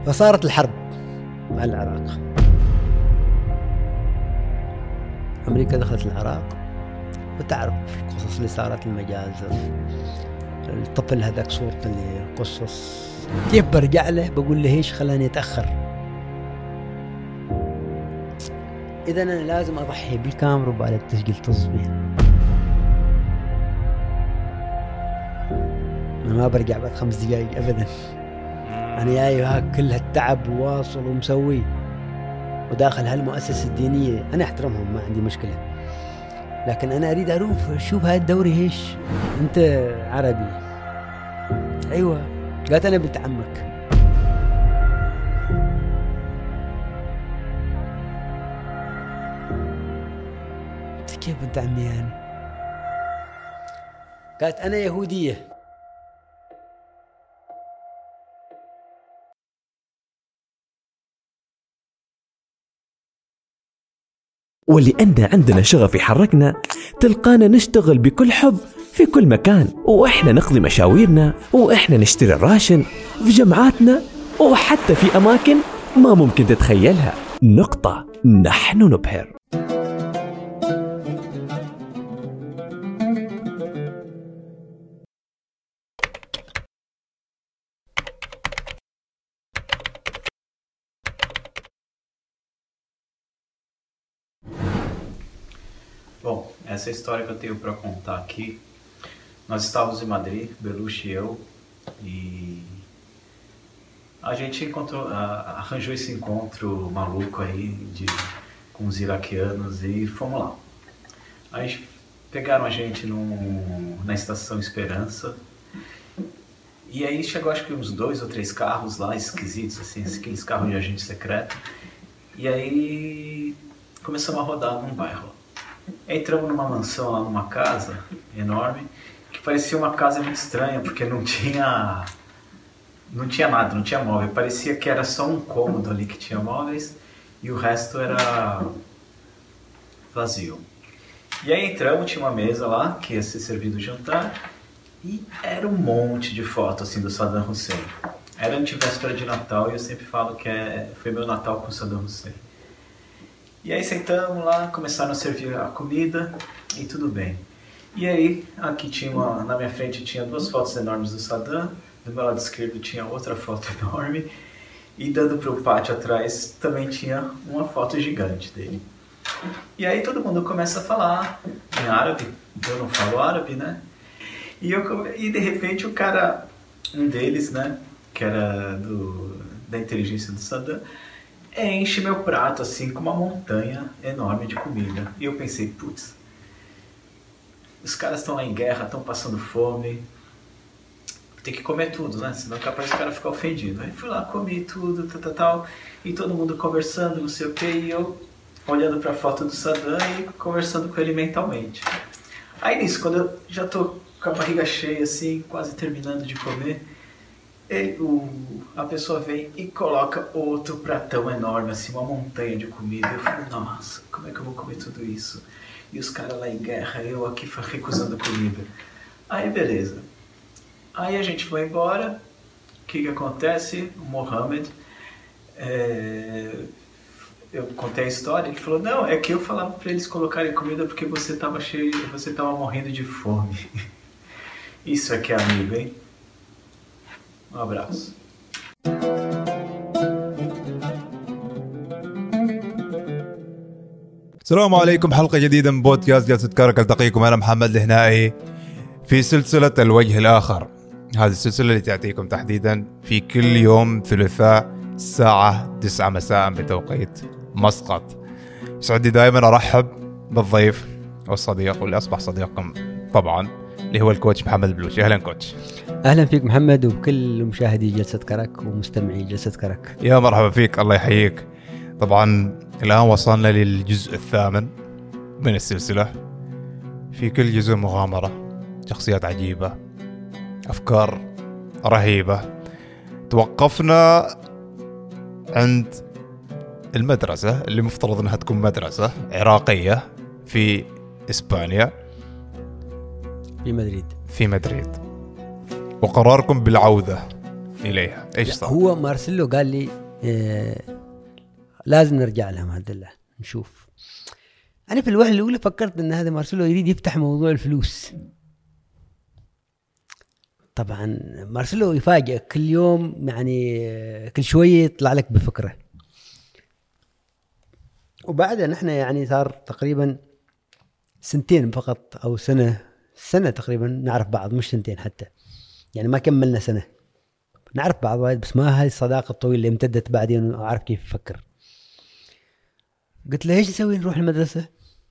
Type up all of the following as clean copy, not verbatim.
فصارت الحرب مع العراق. أمريكا دخلت العراق، وتعرف القصص اللي صارت، المجازر، الطفل هذاك صورة اللي قصص. كيف برجع له بقول له ايش خلاني أتأخر؟ إذا أنا لازم أضحي بالكاميرا وبعد التسجيل تصوير. أنا ما برجع بعد 5 دقائق أبدا. أنا جاي كل هالتعب وواصل ومسوي وداخل هالمؤسسة الدينية، أنا أحترمهم ما عندي مشكلة، لكن أنا أريد أروح أشوف هاي الدوري. إيش أنت عربي؟ أيوة. قالت أنا بنت عمك. كيف بنت عمي يعني؟ قالت أنا يهودية. ولأن عندنا شغف يحركنا تلقانا نشتغل بكل حب في كل مكان، وإحنا نقضي مشاويرنا، وإحنا نشتري الراشن في جمعاتنا، وحتى في أماكن ما ممكن تتخيلها. نقطة. نحن نبهر. Bom, essa é a história que eu tenho para contar aqui. Nós estávamos em Madrid, Belushi e eu, e a gente arranjou esse encontro maluco aí com os iraquianos e fomos lá. Aí pegaram a gente na Estação Esperança, e aí chegou acho que uns 2 ou 3 carros lá esquisitos, assim, aqueles carros de agente secreto, e aí começamos a rodar num bairro. Entramos numa mansão lá, numa casa enorme, que parecia uma casa muito estranha, porque não tinha nada, não tinha móvel. Parecia que era só um cômodo ali que tinha móveis e o resto era vazio. E aí entramos, tinha uma mesa lá que ia ser servido o jantar e era um monte de fotos assim do Saddam Hussein. Era antivéspera de Natal e eu sempre falo que foi meu Natal com o Saddam Hussein. E aí sentamos lá, começaram a servir a comida e tudo bem. E aí, aqui na minha frente tinha 2 fotos enormes do Saddam, do meu lado esquerdo tinha outra foto enorme, e dando para o pátio atrás também tinha uma foto gigante dele. E aí todo mundo começa a falar em árabe, eu não falo árabe, né? E de repente o cara, um deles, né, que era da inteligência do Saddam, enche meu prato assim com uma montanha enorme de comida. E eu pensei, putz, os caras estão lá em guerra, estão passando fome, tem que comer tudo, né? Senão capaz o cara ficar ofendido. Aí fui lá, comi tudo, tal, e todo mundo conversando, não sei o que, e eu olhando para a foto do Saddam e conversando com ele mentalmente. Aí nisso, quando eu já tô com a barriga cheia assim, quase terminando de comer, a pessoa vem e coloca outro pratão enorme, assim, uma montanha de comida. Eu falei, nossa, como é que eu vou comer tudo isso? E os caras lá em guerra, eu aqui recusando comida. Aí beleza. Aí a gente foi embora. O que acontece? O Mohammed, eu contei a história, ele falou, não, é que eu falava para eles colocarem comida porque você tava morrendo de fome. Isso é que é amigo, hein? Um abraço. السلام عليكم. حلقة جديدة من بودكاست جلسة كرك. ألتقيكم أنا محمد الهنائي في سلسلة الوجه الآخر. هذه السلسلة اللي تعطيكم تحديدا في كل يوم ثلاثاء الساعة 9 مساء بتوقيت مسقط. سعدي دائما أرحب بالضيف والصديق واللي أصبح صديقكم طبعا، اللي هو الكوتش محمد البلوشي. أهلا كوتش. أهلا فيك محمد وبكل مشاهدي جلسة كرك ومستمعي جلسة كرك. يا مرحبا فيك، الله يحييك. طبعا الآن وصلنا للجزء 8 من السلسلة. في كل جزء مغامرة، شخصيات عجيبة، أفكار رهيبة. توقفنا عند المدرسة اللي مفترض أنها تكون مدرسة عراقية في إسبانيا، في مدريد. وقراركم بالعودة اليها؟ ايش صار؟ هو مارسيلو قال لي لازم نرجع لهم هذا نشوف. انا في الوهله الاولى فكرت ان هذا مارسيلو يريد يفتح موضوع الفلوس. طبعا مارسيلو يفاجئ كل يوم، يعني كل شويه يطلع لك بفكره. وبعدها نحن يعني صار تقريبا سنتين فقط او سنه تقريبا نعرف بعض، مش سنتين حتى، يعني ما كملنا سنه نعرف بعض وايد، بس ما هاي الصداقه الطويله اللي امتدت بعدين اعرف كيف يفكر. قلت له ايش نسوي؟ نروح المدرسه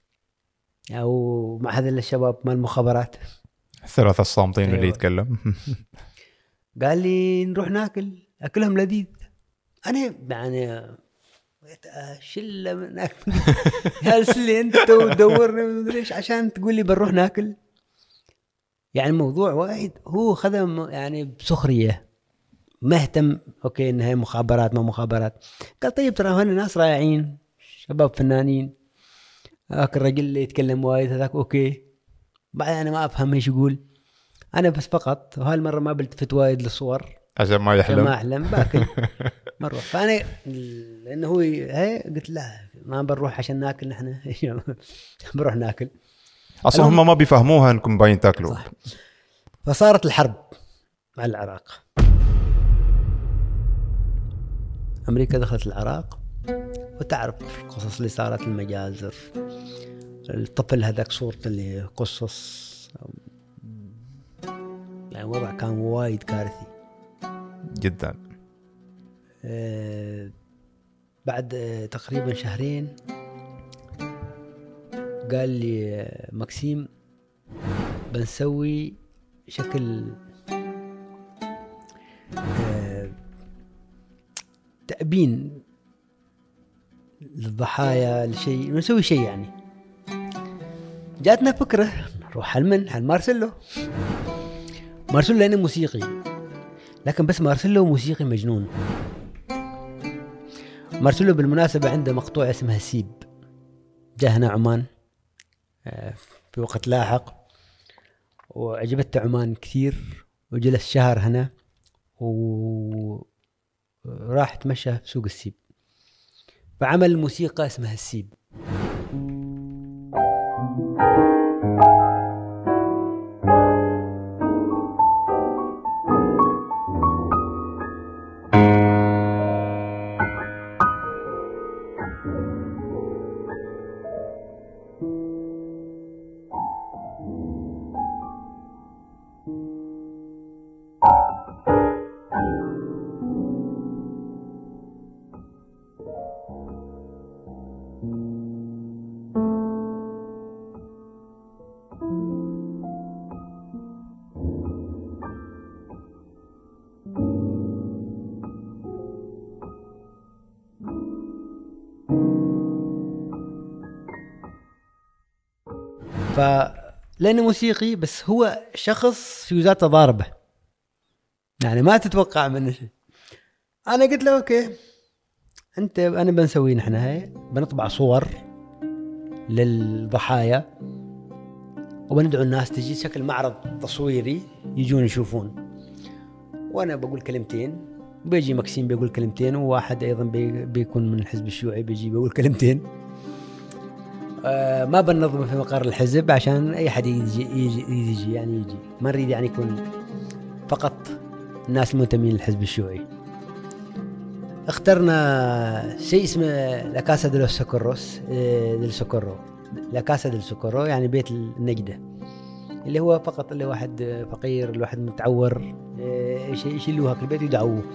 او مع هذا الشباب مال المخابرات الثلاثة الصامتين أيوة. اللي يتكلم. قال لي نروح ناكل، اكلهم لذيذ. انا يعني شله من اكل جالس لي انت ودورني مدري ايش عشان تقول لي بنروح ناكل. يعني الموضوع واحد هو خذ يعني بسخريه، مهتم اوكي ان هي مخابرات ما مخابرات. قال طيب ترى هنا ناس رائعين شباب فنانين، هاك الرجل اللي يتكلم وايد هذاك اوكي. بعد انا ما افهم ايش يقول، انا بس فقط وهاي المره ما بلتفت وايد للصور عشان ما يحلم، ما احلم باكل مره. فانا لانه هو هي قلت لا ما بنروح عشان ناكل، نحن بنروح ناكل اصلا هم ما بيفهموها انكم باين تاكلوا. صح. فصارت الحرب مع العراق، امريكا دخلت العراق، وتعرف القصص اللي صارت، المجازر، الطفل هذاك صورته اللي قصص، يعني وضع كان وايد كارثي جدا. بعد تقريبا شهرين قال لي مكسيم بنسوي شكل تأبين للضحايا لشيء، نسوي شيء يعني. جاتنا فكرة نروح حل مارسيلو لأنه موسيقي، لكن بس مارسيلو موسيقي مجنون. مارسيلو بالمناسبة عنده مقطوعة اسمها سيب، جاء هنا عمان في وقت لاحق وعجبته عمان كثير، وجلس شهر هنا وراح تمشى في سوق السيب، فعمل موسيقى اسمها السيب. فلأنه موسيقي بس هو شخص فيوزاته ضاربة، يعني ما تتوقع منه شيء. أنا قلت له أوكي أنا بنسوي نحن هاي، بنطبع صور للضحايا وبندعو الناس تجي شكل معرض تصويري يجون يشوفون، وأنا بقول كلمتين، بيجي مكسيم بيقول كلمتين، وواحد أيضا بيكون من الحزب الشيوعي بيجي بيقول كلمتين. ما بننظم في مقر الحزب عشان أي حد يجي يعني يجي، ما نريد يعني يكون فقط الناس المنتمين للحزب الشيوعي. اخترنا شيء اسمه لا كاسا ديل سوكورو، يعني بيت النجدة، اللي هو فقط اللي واحد فقير، الواحد متعور، يشيلوها البيت يدعوه.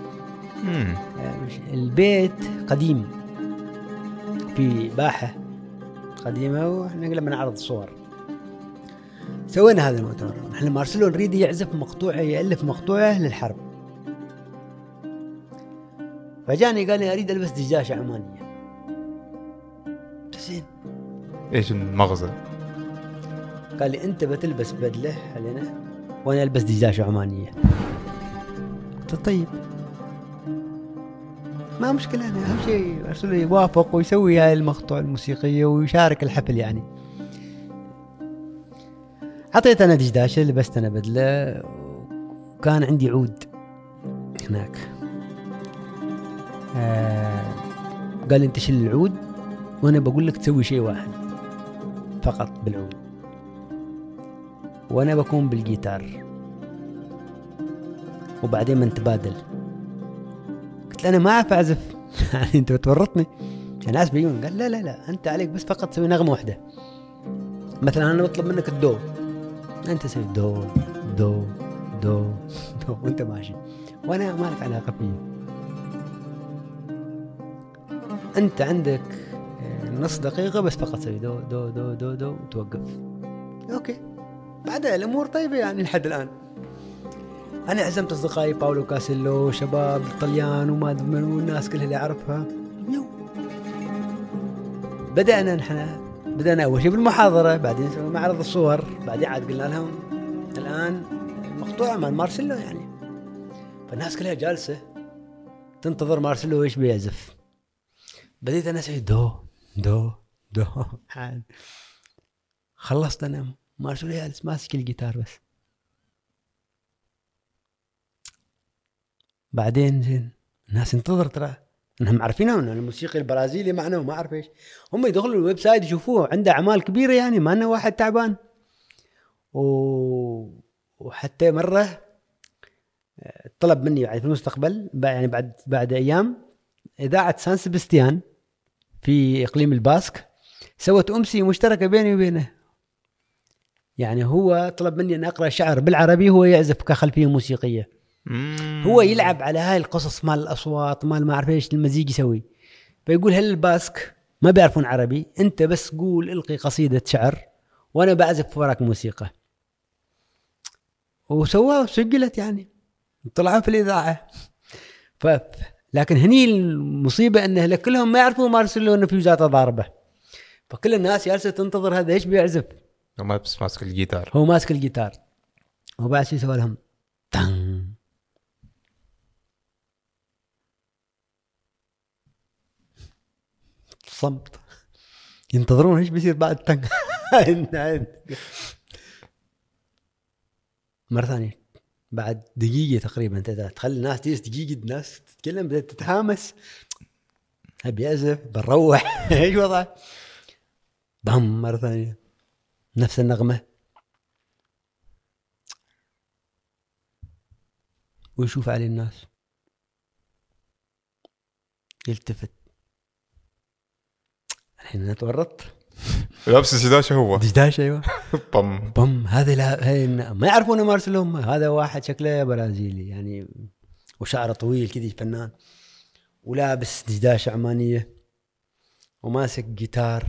البيت قديم في باحة قديمة، وإحنا لما نعرض صور سوينا هذا المؤتمر. نحن مارسيلو نريد يعزف مقطوعة، يألف مقطوعة للحرب، فجاني قال لي أريد ألبس دجاجة عمانية. زين إيش المغزى؟ قال لي أنت بتلبس بدلة علينا وأنا ألبس دجاجة عمانية. قلت طيب ما مشكلة، أنا أهم شيء مارسيلو يوافق ويسوي هاي المقطوعة الموسيقية ويشارك الحفل يعني. حطيت أنا دجاجة، لبست أنا بدلة، وكان عندي عود هناك. قال انت شيل العود وانا بقول لك تسوي شيء واحد فقط بالعود، وانا بكون بالجيتار وبعدين ما نتبادل. قلت له انا ما اعرف اعزف يعني انت بتورطني. الناس بيجون قال لا لا لا انت عليك بس فقط تسوي نغمه واحده. مثلا انا بطلب منك الدو، انت سوي دو دو دو دو وانت ماشي، وانا ما لك علاقه فيه. انت عندك نص دقيقه بس فقط سوي دو دو دو دو دو وتوقف. اوكي بعدها الامور طيبه يعني لحد الان. انا عزمت اصدقائي باولو كاسيلو، شباب الطليان وما ادري منو، الناس كلها اللي اعرفها. بدأنا أول شيء بالمحاضرة، بعدين سوينا معرض الصور، بعدين عاد قلنا لهم الآن مقطوعة مع مارسيلو يعني. فالناس كلها جالسة تنتظر مارسيلو إيش بيعزف. بديت أنا أسوي دو دو دو خلصت أنا، مارسيلو جالس ماسك الجيتار بس. بعدين الناس انتظر، ترى انهم عارفينها ان الموسيقى البرازيلي معنا وما اعرف ايش. هم يدخلوا الويب سايت يشوفوه عنده اعمال كبيره يعني، ما انه واحد تعبان. وحتى مره طلب مني يعني في المستقبل يعني بعد ايام اذاعه سان سبستيان في اقليم الباسك سوت امسيه مشتركه بيني وبينه. يعني هو طلب مني ان اقرا شعر بالعربي، هو يعزف كخلفيه موسيقيه. هو يلعب على هاي القصص مال الأصوات مال ما أعرف إيش المزيج يسوي. فيقول هل الباسك ما بيعرفون عربي، أنت بس قول إلقي قصيدة شعر وأنا بعزف وراك موسيقى. وسواه وسجلت يعني، طلعوا في الإذاعة. لكن هني المصيبة أنه كلهم ما يعرفون مارسيلو أنه في وزارة ضاربة. فكل الناس جالسة تنتظر هذا إيش بيعزف. هو ما بس ماسك الجيتار، هو ماسك الجيتار. وبعد شو يسوي لهم تان صمت، ينتظرون ايش بيصير بعد تنك. مرة ثانية بعد دقيقة تقريبا تخلي الناس تجلس دقيقة، الناس تتكلم بدأت تتهامس، أبي أعزف بنروح. ايش وضعه؟ بام مرة ثانية نفس النغمة، ويشوف عليه الناس يلتفت. الحين أنا تورطت. لابس دشداشة، هو دشداشة أيوة. بام بام. هذا لا هي ما يعرفون مارسيلو. هذا واحد شكله برازيلي يعني، وشعره طويل كذي فنان، ولابس دشداشة عمانية وماسك جيتار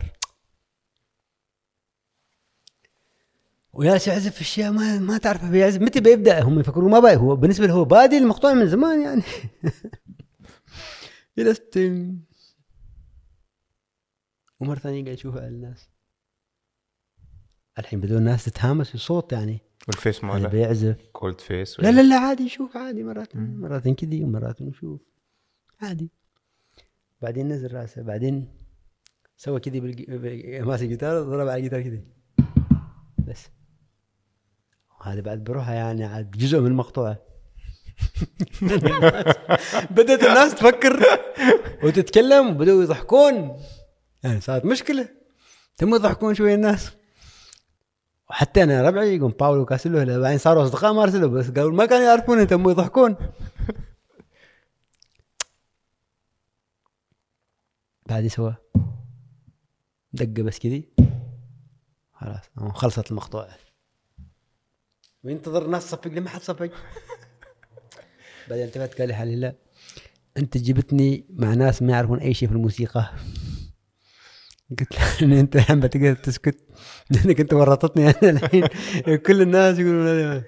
وياس يعزف اشياء ما تعرفه بيعزف متى بيبدا. هم يفكروا ما بقى هو بالنسبه له هو بادي المقطوع من زمان يعني. يلستم. ومرة ثانية قاعد يشوف على الناس. الحين بدون الناس تتهامس بصوت يعني، والفيس ماله بيعزف كولد فيس. لا لا لا عادي يشوف عادي، مرات كذي ومرات نشوف عادي. بعدين نزل راسه، بعدين سوى كذي ماسك جيتار ضرب على الجيتار كذي بس. وهذا بعد بروحها يعني عاد جزء من المقطوعة. بدأت الناس تفكر وتتكلم وبدأوا يضحكون يعني، صارت مشكلة. تم يضحكون شوية الناس. وحتى أنا ربعي يقوم باولو كاسيلو بعدين صاروا أصدقاء مارسيلو، بس قالوا ما كانوا يعرفون تم يضحكون. بعد سوا دقة بس كذي خلاص خلصت المقطوعة. وينتظر الناس تصفق لي، ما حد صفق. بعدين التفت قال لي حالي لا أنت جبتني مع ناس ما يعرفون أي شيء في الموسيقى. قلت له أنت الحين بتقدر تسكت لأنك أنت ورطتني أنا الحين. كل الناس يقولون.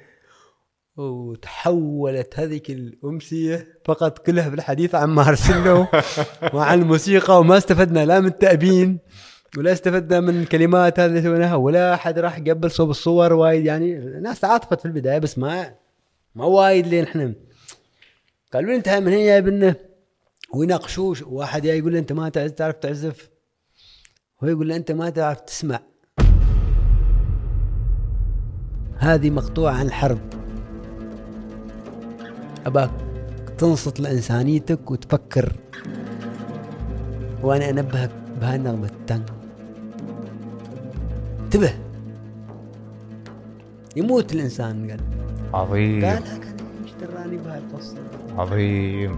وتحولت هذيك الأمسية فقط كلها بالحديث عن مارسيلو وعن الموسيقى، وما استفدنا لا من التأبين ولا استفدنا من كلمات هذه اللي سويناها، ولا أحد راح قبل صوب الصور وايد يعني. الناس تعاطفت في البداية بس ما وايد لين احنا قالوا لي انتهى من هي يا ابنه، ويناقشوش. واحد يقول لي انت ما تعرف تعزف، هو يقول لي انت ما تعرف تسمع. هذه مقطوعة عن الحرب، أباك تنصت لإنسانيتك وتفكر. وأنا أنبهك بهالنغمة التانغ، انتبه، يموت الإنسان. قال عظيم. قالها كان ايش دراني بهالقصة. عظيم.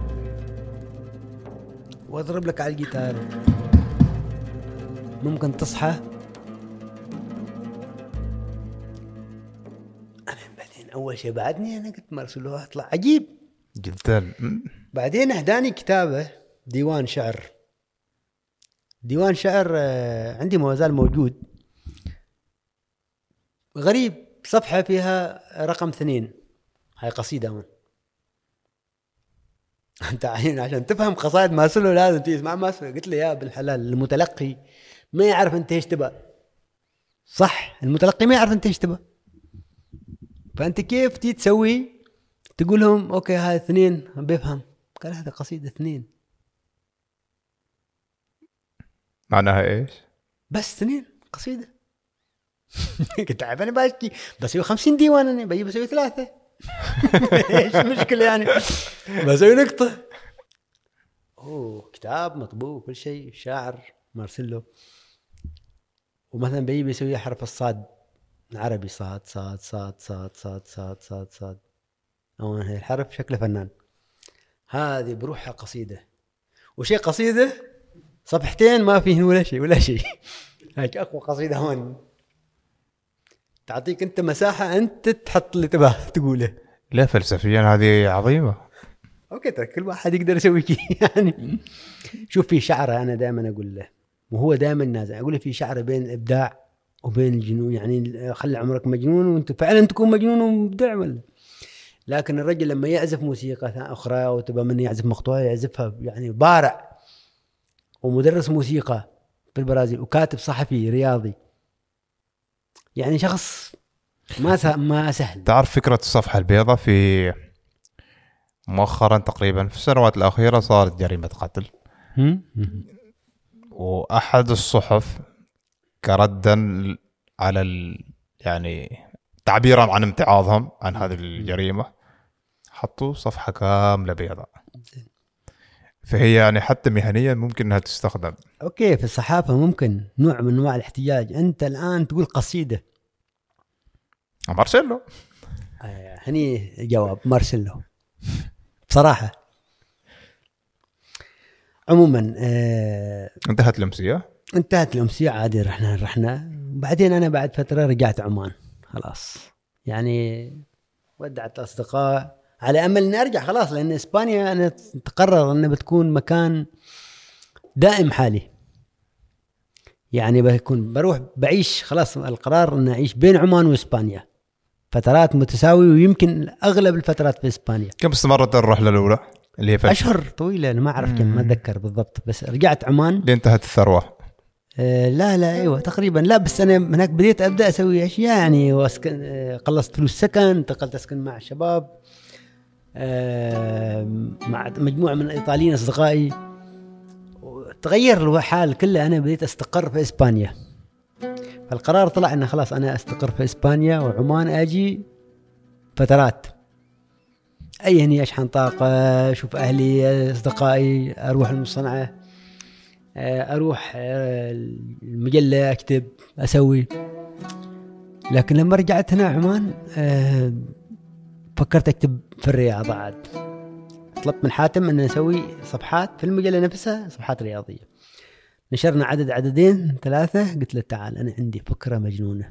واضرب لك على الجيتار، ممكن تصحى. انا بعدين اول شيء بعدني انا قلت مرسله اطلع عجيب جدا. بعدين اهداني كتابه ديوان شعر. ديوان شعر عندي ما زال موجود، غريب، صفحة فيها رقم 2. هاي قصيدة من انت عشان تفهم قصائد ماسلو لازم تسمع ماسلو. قلت له يا بالحلال المتلقي ما يعرف انت ايش تبى. صح، المتلقي ما يعرف انت ايش تبى، فانت كيف تسوي تقول لهم اوكي هاي 2 بيفهم. قال هذا قصيدة 2 معناها ايش؟ بس 2 قصيدة. قلت عارف انا باشكي بسوي 50 ديوان، انا بجي بسوي 3. ايش المشكلة يعني؟ بسوي نقطة. اوه كتاب مطبوع كل شيء، شاعر مارسيلو. ومثلا بيجي بيسوي حرف الصاد عربي، صاد صاد صاد صاد صاد صاد صاد صاد. او هي الحرف شكله فنان. هذه بروحها قصيدة، وشيء قصيدة صفحتين ما فيهن ولا شيء ولا شيء. هيك اقوى قصيدة هون، تعطيك انت مساحة انت تحط اللي تبغى تقوله. لا فلسفيا هذه عظيمة. اوكي ترى كل واحد يقدر يسوي كي يعني. شوف في شعر انا دائما اقول له، وهو دائما نازع اقول له في شعر بين الابداع وبين الجنون. يعني خلي عمرك مجنون وانت فعلا تكون مجنون ومبدع ولا. لكن الرجل لما يعزف موسيقى اخرى وتبى مني يعزف مقطوعة يعزفها، يعني بارع ومدرس موسيقى في البرازيل وكاتب صحفي رياضي، يعني شخص ما سهل. تعرف فكرة الصفحة البيضاء في مؤخرا تقريبا في السنوات الأخيرة صارت جريمة قتل، وأحد الصحف كردا على يعني تعبيرا عن امتعاضهم عن هذه الجريمة حطوا صفحة كاملة بيضاء. فهي يعني حتى مهنيا ممكن أنها تستخدم. أوكي في الصحافة ممكن نوع من أنواع الاحتجاج. أنت الآن تقول قصيدة مارسيلو، هني جواب مارسيلو بصراحة. عموما انتهت الأمسية عادي. رحنا بعدين أنا بعد فترة رجعت عمان خلاص، يعني ودعت الأصدقاء على أمل أن أرجع خلاص، لأن إسبانيا أنا تقرر أنها بتكون مكان دائم حالي. يعني بروح بعيش خلاص، القرار أن أعيش بين عمان وإسبانيا فترات متساوية، ويمكن أغلب الفترات في إسبانيا. كم استمرت الرحلة الأولى اللي هي أشهر طويلة، أنا ما أعرف كم، ما أتذكر بالضبط، بس رجعت عمان لانتهت الثروة. لا أيوة تقريبا. لا بس أنا هناك بديت أبدأ أسوي أشياء يعني، وأسكن قلصت فلوس سكن، انتقلت أسكن مع الشباب مع مجموعة من الإيطاليين أصدقائي، تغير الحال كله. أنا بديت أستقر في إسبانيا، فالقرار طلع أنه خلاص أنا أستقر في إسبانيا، وعمان أجي فترات هني أشحن طاقة، أشوف أهلي أصدقائي، أروح المصنعة، أروح المجلة أكتب أسوي. لكن لما رجعت هنا عمان فكرت أكتب في الرياضة عاد. طلبت من حاتم أن نسوي صفحات في المجلة نفسها، صفحات رياضية. نشرنا عددين 3. قلت له تعال أنا عندي فكرة مجنونة،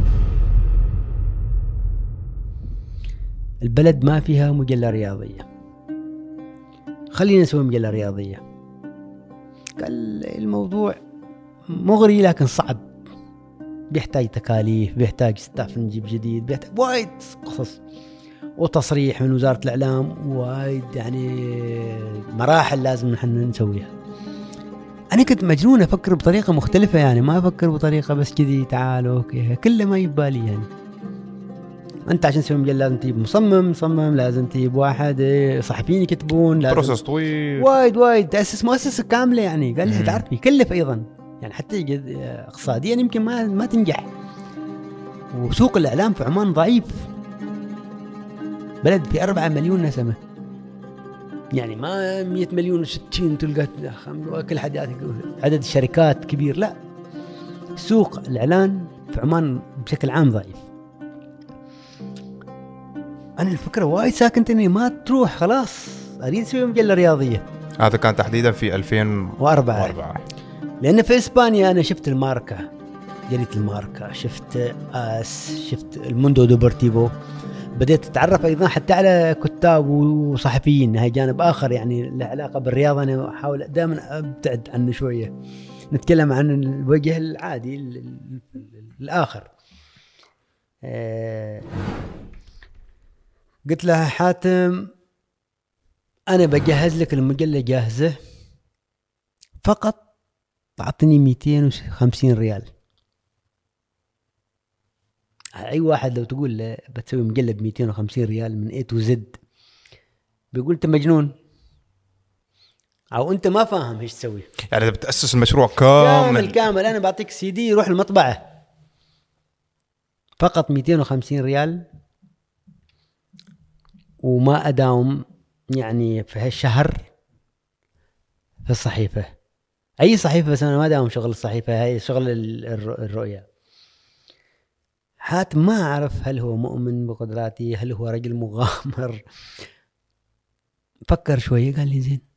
البلد ما فيها مجلة رياضية، خلينا نسوي مجلة رياضية. قال الموضوع مغري لكن صعب، بيحتاج تكاليف، بيحتاج ستاف نجيب جديد، بيحتاج وايد قصص وتصريح من وزارة الإعلام، وايد يعني مراحل لازم نحن نسويها. أنا كنت مجنون أفكر بطريقة مختلفة، يعني ما أفكر بطريقة بس كذي تعالوا أوكي كله ما يبالي. يعني أنت عشان تسوي مجلة لازم تجيب مصمم، لازم تجيب واحد صحفيين يكتبون، لازم بروسس طويل، وايد تأسس مؤسسة كاملة. يعني قال لي تعرف يكلف أيضا، يعني حتى اقتصاديا يمكن ما تنجح. وسوق الإعلام في عمان ضعيف، بلد في 4 مليون نسمة، يعني ما 100 مليون و60 تلقى كل حد عدد الشركات كبير، لا، سوق الإعلان في عمان بشكل عام ضعيف. أنا الفكرة وايد ساكنتني ما تروح، خلاص أريد أسوي مجلة رياضية. هذا كان تحديدا في 2004. لأن في إسبانيا أنا شفت الماركة، جريدة الماركة، شفت شفت الموندو دوبورتيفو، بديت أتعرف أيضا حتى على كتاب وصحفيين. هاي جانب آخر يعني له علاقة بالرياضة، أنا أحاول دائما أبتعد عنه شوية، نتكلم عن الوجه العادي الآخر. قلت له حاتم أنا بجهز لك المجلة جاهزة، فقط تعطيني 250 ريال. أي واحد لو تقول له بتسوي مجلة ب250 ريال من A to Z بيقول أنت مجنون، أو أنت ما فاهم إيش تسوي. يعني بتأسس المشروع كامل. أنا بعطيك CD يروح المطبعة، فقط 250 ريال، وما أداوم يعني في هالشهر في الصحيفة، أي صحيفة، بس أنا ما أداوم شغل الصحيفة، هاي شغل الرؤية. حاتم ما أعرف هل هو مؤمن بقدراتي، هل هو رجل مغامر. فكر شوية قال لي زين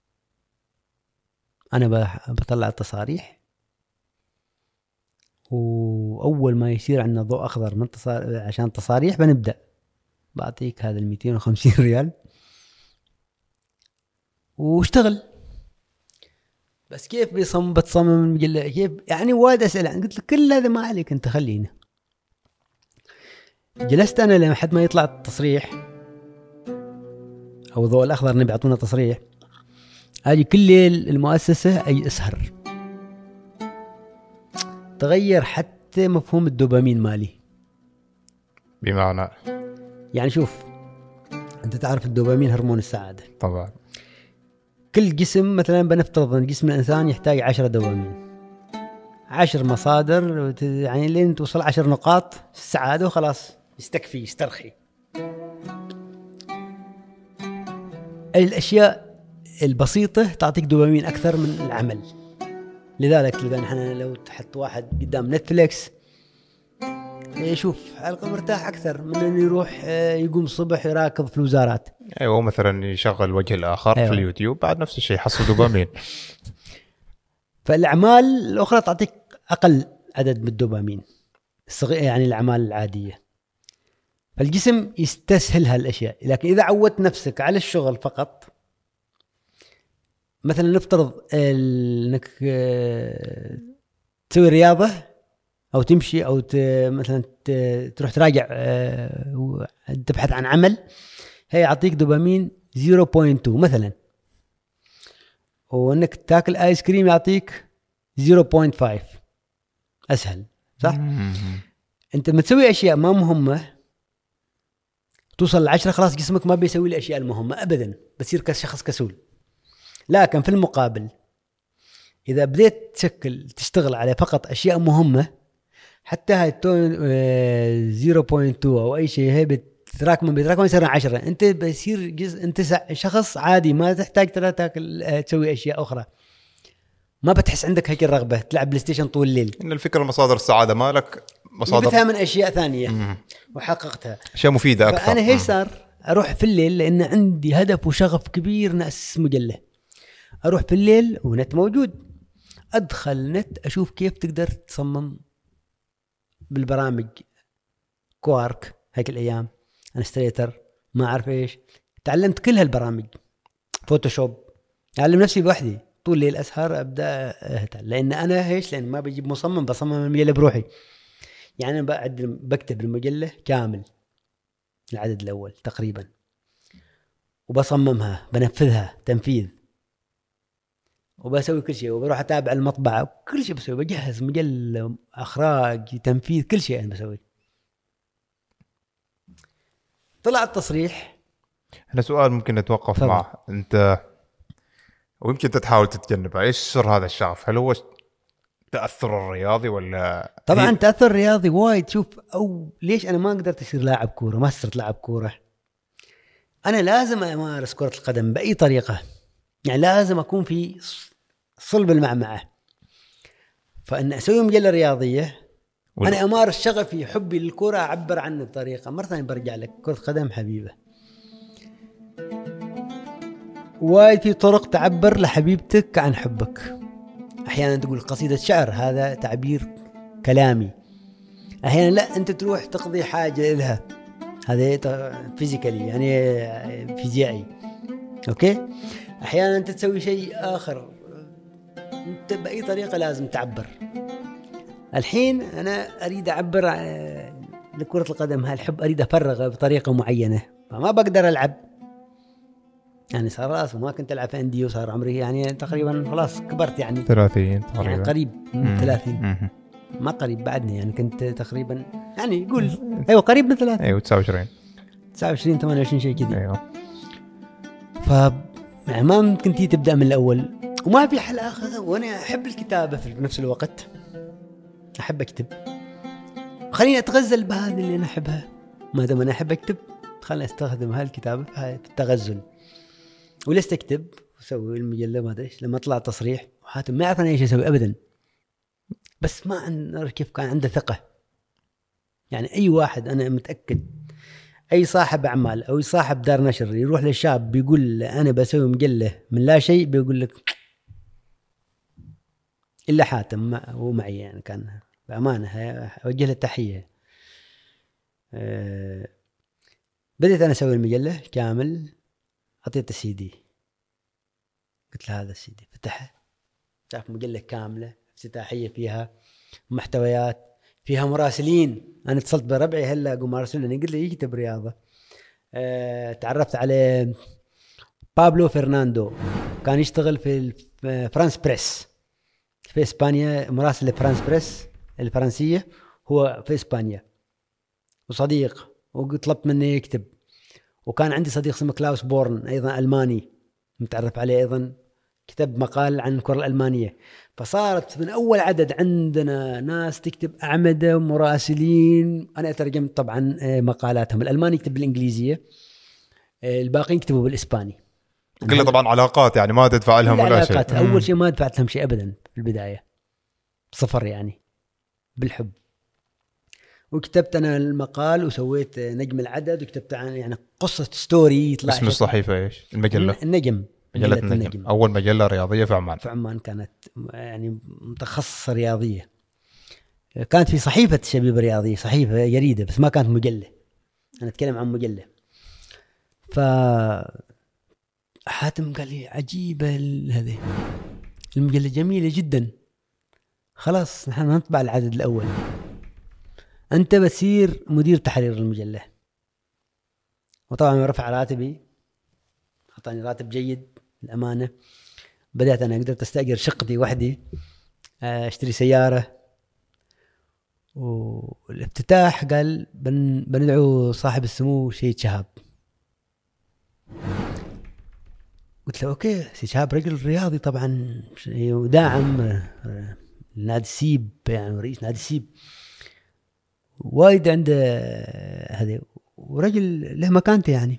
أنا بطلع التصاريح، وأول ما يصير عندنا ضوء أخضر من عشان تصاريح بنبدأ، بعطيك هذا 250 ريال واشتغل. بس كيف بتصمم المجلة، كيف يعني؟ وايد أسئلة. قلت له كل هذا ما عليك أنت، خلينا. جلست أنا لما حد ما يطلع التصريح أو الضوء الأخضر نبي يعطونا تصريح، أجي كل ليل المؤسسة أي أسهر. تغير حتى مفهوم الدوبامين مالي. بمعنى يعني شوف، أنت تعرف الدوبامين هرمون السعادة طبعا. كل جسم مثلا بنفترض أن جسم الإنسان يحتاج 10 دوبامين، 10 مصادر، يعني لين توصل 10 نقاط السعادة وخلاص يستكفي يسترخي. الأشياء البسيطة تعطيك دوبامين أكثر من العمل. لذلك تلقى نحن لو تحط واحد قدام نتفليكس يشوف حلقة مرتاح أكثر من أن يروح يقوم الصبح يراكض في الوزارات. أيوة، مثلا يشغل وجه الآخر أيوة. في اليوتيوب بعد نفس الشيء يحصل دوبامين. فالأعمال الأخرى تعطيك أقل عدد من الدوبامين يعني الأعمال العادية، فالجسم يستسهل هالأشياء. لكن إذا عودت نفسك على الشغل فقط، مثلا نفترض أنك تسوي رياضة أو تمشي أو مثلا تروح تراجع تبحث عن عمل، هي يعطيك دوبامين 0.2 مثلا، وأنك تاكل آيس كريم يعطيك 0.5 أسهل، صح؟ أنت ما تسوي أشياء ما مهمة توصل 10 خلاص جسمك ما بيسوي الأشياء المهمة أبدا، بصير كشخص كسول. لكن في المقابل إذا بديت تشتغل على فقط أشياء مهمة، حتى هاي 0.2 أو أي شيء، هي بتراكم يصير 10. أنت بيصير أنت شخص عادي ما تحتاج تسوي أشياء أخرى، ما بتحس عندك هيك الرغبة تلعب بلاي ستيشن طول الليل. إن الفكرة مصادر السعادة مالك مصادر جبتها من أشياء ثانية وحققتها، أشياء مفيدة أكثر. فأنا هي صار أروح في الليل لأن عندي هدف وشغف كبير نأسس مجلة. أروح في الليل ونت موجود، أدخل نت أشوف كيف تقدر تصمم بالبرامج كوارك هيك الأيام، انستريتر، ما أعرف إيش، تعلمت كل هالبرامج، فوتوشوب، أعلم نفسي بوحدي طول الليل أسهر أبدأ أهتل. لأن أنا هيش، لأن ما بجيب مصمم، بصمم المجلة بروحي. يعني أنا بكتب المجلة كامل العدد الأول تقريبا، وبصممها بنفذها تنفيذ، وبسوي كل شيء، وبروح أتابع المطبعة، كل شيء بسوي، بجهز مجلة، إخراج، تنفيذ، كل شيء أنا بسوي. طلع التصريح. هنا سؤال ممكن نتوقف معه أنت، ويمكن تحاول تتجنبه. إيش سر هذا الشغف؟ هل هو تأثر الرياضي ولا؟ طبعا تأثر رياضي وايد. شوف، أو ليش أنا ما قدرت أصير لاعب كورة، ما صرت لاعب كورة؟ أنا لازم أمارس كرة القدم بأي طريقة، يعني لازم أكون في صلب المعمعة. فأن أسوي مجلة رياضية أنا أمارس شغفي حبي للكرة أعبر عنه بطريقة. مرة ثانية برجع لك كرة قدم حبيبة، وايد في طرق تعبر لحبيبتك عن حبك. أحيانا تقول قصيدة شعر، هذا تعبير كلامي. أحيانا لا، أنت تروح تقضي حاجة لها، هذا فيزيكالي يعني فيزيائي. أوكي. أحيانا أنت تسوي شيء آخر، أنت بأي طريقة لازم تعبر. الحين أنا أريد أعبر لكرة القدم هالحب، أريد أفرغه بطريقة معينة، فما بقدر ألعب. يعني صار رأس وما كنت ألعب في أندية، وصار عمري يعني تقريبا خلاص كبرت، يعني 30 تقريبا، يعني قريب من 30. ما قريب بعدني، يعني كنت تقريبا يعني يقول أيوة قريب من 30. أيوة 29 28 شيء كذي. أيوة. يعني ما ممكن تبدأ من الأول وما في حل آخر. وأنا أحب الكتابة في نفس الوقت، أحب أكتب. خليني أتغزل بهذه اللي أنا أحبها. ما دام أنا أحب أكتب خليني أستخدم هالكتابة في التغزل. ولست أكتب وسوي المجلة ما أدري إيش. لما طلع تصريح وحاتم ما يعرف أنا إيش أسوي أبدا، بس ما عن كيف كان عنده ثقة. يعني أي واحد أنا متأكد، أي صاحب أعمال أو صاحب دار نشر يروح للشاب بيقول أنا بسوي مجلة من لا شيء، بيقول لك إلا حاتم هو معي، يعني كان بأمانة أوجه له التحية. بديت أنا أسوي المجلة كامل، أعطيت السيدي، قلت له هذا السيدي، فتحه شاف مجلة كاملة افتتاحية فيها محتويات، فيها مراسلين. أنا اتصلت بربعي هلا قام راسلني قلت لي يكتب رياضة. تعرفت على بابلو فرناندو، كان يشتغل في فرانس بريس في إسبانيا، مراسل فرانس بريس الفرنسية، هو في إسبانيا وصديق، وطلبت منه يكتب. وكان عندي صديق اسمه كلاوس بورن أيضا ألماني متعرف عليه أيضا، كتب مقال عن الكرة الألمانية. فصارت من أول عدد عندنا ناس تكتب أعمدة مراسلين. أنا ترجمت طبعا مقالاتهم، الألماني يكتب بالإنجليزية، الباقين يكتبوا بالإسباني. كله طبعا علاقات، يعني ما تدفع لهم ولا شيء. أول شيء ما دفعت لهم شيء أبدا في البداية، صفر يعني بالحب. وكتبت أنا المقال وسويت نجم العدد، وكتبت عن يعني قصة ستوري يطلع. اسم الصحيفة إيش؟ المجلة النجم، مجلة النجم. أول مجلة رياضية في عمان. في عمان كانت يعني متخصصة رياضية. كانت في صحيفة الشبيبة الرياضية، صحيفة جريدة بس ما كانت مجلة. أنا أتكلم عن مجلة. حاتم قال لي عجيبة هذه المجلة، جميلة جدا، خلاص نحن نطبع العدد الأول، أنت بتصير مدير تحرير المجلة. وطبعا رفع راتبي، أعطاني راتب جيد الأمانة. بدأت أنا قدرت أستأجر شقتي وحدي، أشتري سيارة. والافتتاح قال بندعو صاحب السمو سيد شهاب. قلت له أوكي. سيد شهاب رجل رياضي طبعا، وداعم نادي السيب، يعني رئيس نادي السيب، وايد عنده هذا، ورجل له مكانته. يعني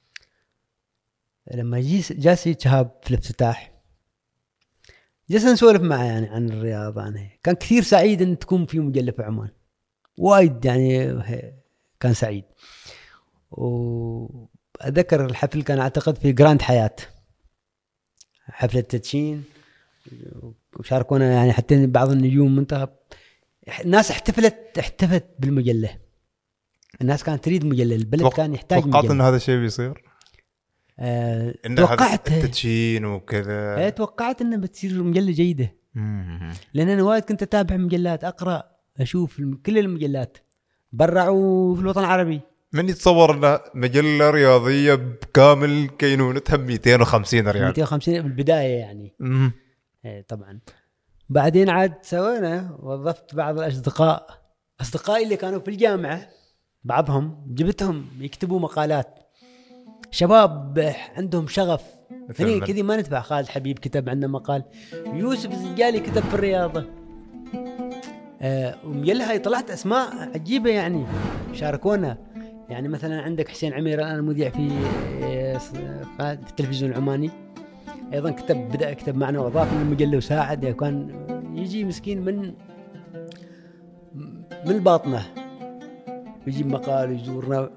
لما جاء سيد شهاب في الافتتاح جلسنا نسولف معه يعني عن الرياضة. أنا كان كثير سعيد أن تكون في مجلة في عمان، وايد يعني كان سعيد. وأذكر الحفل كان أعتقد في جراند حياة، حفلة تدشين، وشاركونا يعني حتى بعض النجوم منتخب. الناس احتفت بالمجلة، الناس كانت تريد مجلة، البلد كان يحتاج مجلة. توقعت أن هذا الشيء بيصير؟ توقعت التدشين وكذا. توقعت أنه بتصير مجلة جيدة، لأن أنا وايد كنت أتابع مجلات، أقرأ أشوف كل المجلات برا وفي الوطن العربي. من يتصور أن مجلة رياضية بكامل كينونتها 250 ريال؟ 250 بالبداية يعني. طبعا بعدين عاد سوينا، وظفت بعض أصدقائي اللي كانوا في الجامعة، بعضهم جبتهم يكتبوا مقالات، شباب عندهم شغف. هني كذي ما ندفع. خالد حبيب كتب عندنا مقال، يوسف الزجالي كتب في الرياضة. ومجلة هاي طلعت أسماء عجيبة يعني، شاركونا يعني مثلا عندك حسين عمير الآن مذيع في التلفزيون العماني، أيضا بدأ يكتب معنا وأضاف من المجلة وساعد، يعني كان يجي مسكين من الباطنة يجيب مقال ويزورنا.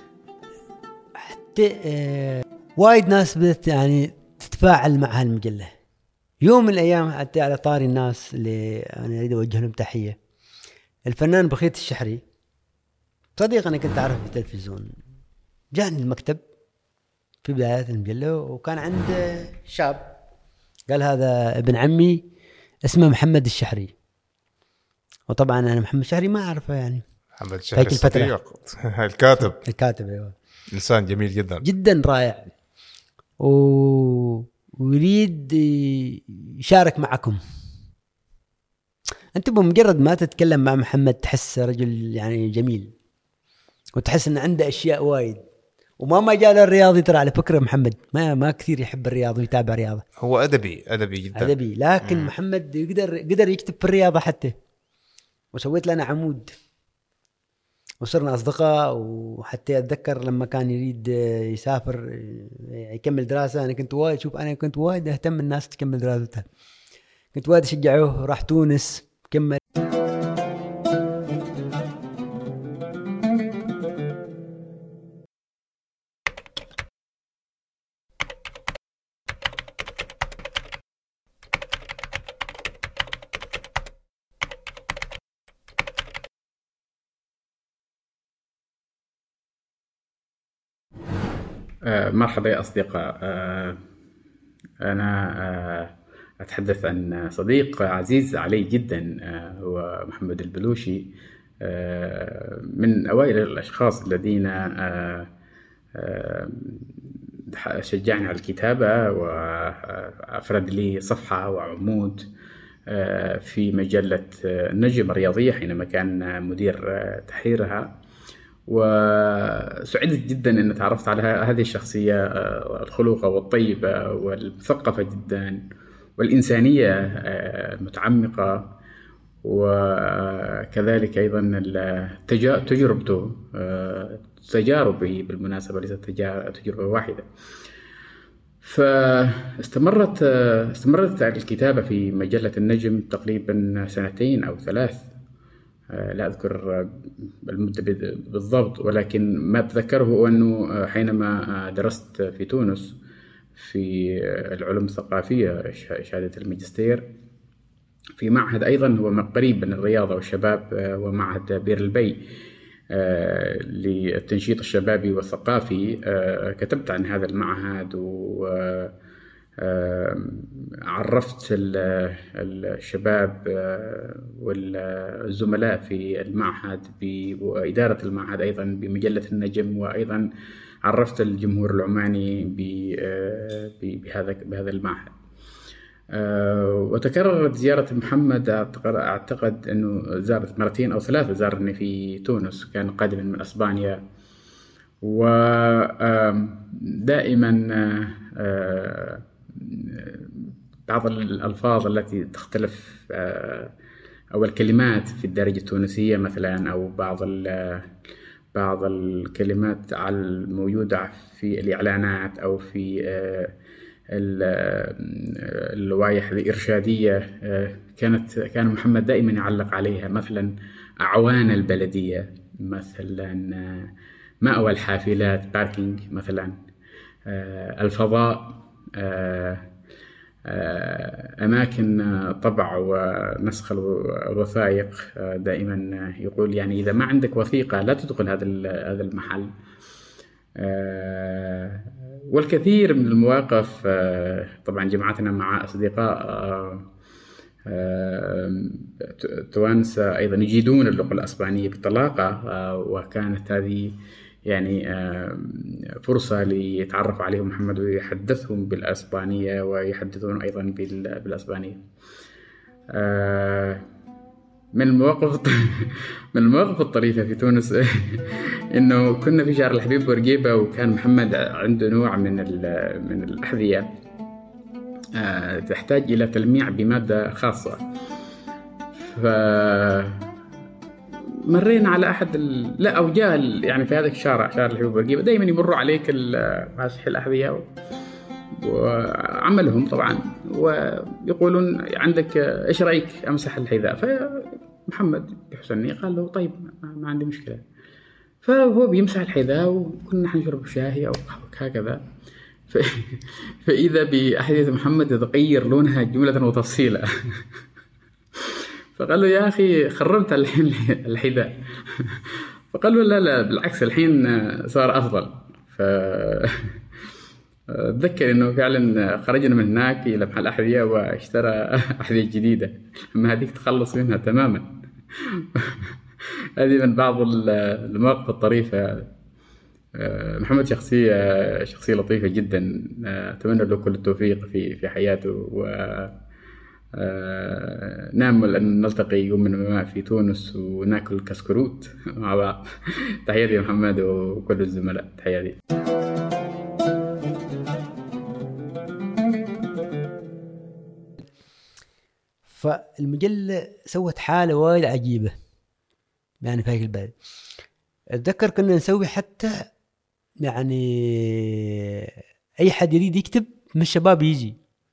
حتى وايد ناس بدأت يعني تتفاعل مع هالمجلة. يوم من الأيام حتى على طاري الناس اللي أنا أريد أوجه لهم تحية، الفنان بخيت الشحري صديق أنا كنت أعرفه في التلفزيون، جاني المكتب في بدايات المجلة، وكان عنده شاب قال هذا ابن عمي اسمه محمد الشحري. وطبعا أنا محمد الشحري ما أعرفه، يعني محمد الشحري الصديق الكاتب أيوة. إنسان جميل جدا جدا رائع، ويريد يشارك معكم. أنت بمجرد ما تتكلم مع محمد تحس رجل يعني جميل، وتحس إن عنده أشياء وايد، وما مجال الرياضي ترى على فكرة. محمد ما كثير يحب الرياضة ويتابع رياضة، هو أدبي جدا أدبي، لكن محمد قدر يكتب في الرياضة حتى، وسويت لنا عمود وصرنا أصدقاء. وحتى أتذكر لما كان يريد يسافر يكمل دراسة، أنا كنت وايد أهتم الناس تكمل دراستها، كنت وايد أشجعه، راح تونس كمل. مرحبا يا أصدقاء. أنا أتحدث عن صديق عزيز علي جدا، هو محمد البلوشي، من أوائل الأشخاص الذين شجعني على الكتابة وأفرد لي صفحة وعمود في مجلة النجم الرياضية حينما كان مدير تحريرها. وسعدت جدا أن تعرفت على هذه الشخصية الخلوقة والطيبة والمثقفة جدا والإنسانية المتعمقة، وكذلك أيضا تجاربه بالمناسبة ليست تجربة واحدة. فاستمرت الكتابة في مجلة النجم تقريبا 2 أو 3 سنين، لا أذكر المدة بالضبط، ولكن ما أتذكره هو أنه حينما درست في تونس في العلوم الثقافية شهادة الماجستير في معهد أيضا هو قريب من الرياضة والشباب، ومعهد بير البي للتنشيط الشبابي والثقافي، كتبت عن هذا المعهد عرفت الشباب والزملاء في المعهد وإدارة المعهد أيضا بمجلة النجم، وأيضا عرفت الجمهور العماني بهذا المعهد. وتكررت زيارة محمد، أعتقد أنه زارت 2 أو 3 زارني في تونس، كان قادما من أسبانيا، ودائما بعض الألفاظ التي تختلف أو الكلمات في الدارجة التونسية مثلا، أو بعض الكلمات الموجودة في الإعلانات أو في اللوائح الإرشادية، كان محمد دائما يعلق عليها، مثلا أعوان البلدية، مثلا مأوى الحافلات باركينج، مثلا الفضاء، أماكن طبع ونسخ الوثائق. دائما يقول يعني إذا ما عندك وثيقة لا تدخل هذا المحل. والكثير من المواقف، طبعا جمعتنا مع أصدقاء توانسة أيضا يجيدون اللغة الأسبانية بطلاقة، وكانت هذه يعني فرصة ليتعرف عليهم محمد ويحدثهم بالأسبانية ويحدثون أيضا بالأسبانية. من المواقف الطريفة في تونس إنه كنا في شارع الحبيب بورقيبة، وكان محمد عنده نوع من الأحذية تحتاج إلى تلميع بمادة خاصة، مرينا على أحد لا أو جاء يعني في هذا الشارع، شارع الحبوب والقيمة، دائما يمروا عليك ماسح الأحذية وعملهم طبعا، ويقولون عندك إيش رأيك أمسح الحذاء؟ فمحمد بحسن قال له طيب ما عندي مشكلة. فهو بيمسح الحذاء وكنا حنشرب شاهي أو هكذا، فإذا بأحذية محمد تتغير لونها جملة وتفصيلا. فقال له يا أخي خربت الحين الحذاء. فقال له لا بالعكس الحين صار أفضل. أتذكر إنه فعلا خرجنا من هناك إلى محل أحذية واشترى أحذية جديدة، أما هذيك تخلص منها تماما. هذه من بعض المواقف الطريفة. محمد شخصية لطيفة جدا، أتمنى له كل التوفيق في حياته، نأمل أن نلتقي يوم من الأيام في تونس وناكل كسكروت مع بعض. تحياتي يا محمد وكل الزملاء، تحياتي. فالمجلة سوت حالة وايد عجيبة يعني في هيك البلد. أتذكر كنا نسوي حتى يعني أي حد يريد يكتب من الشباب يجي،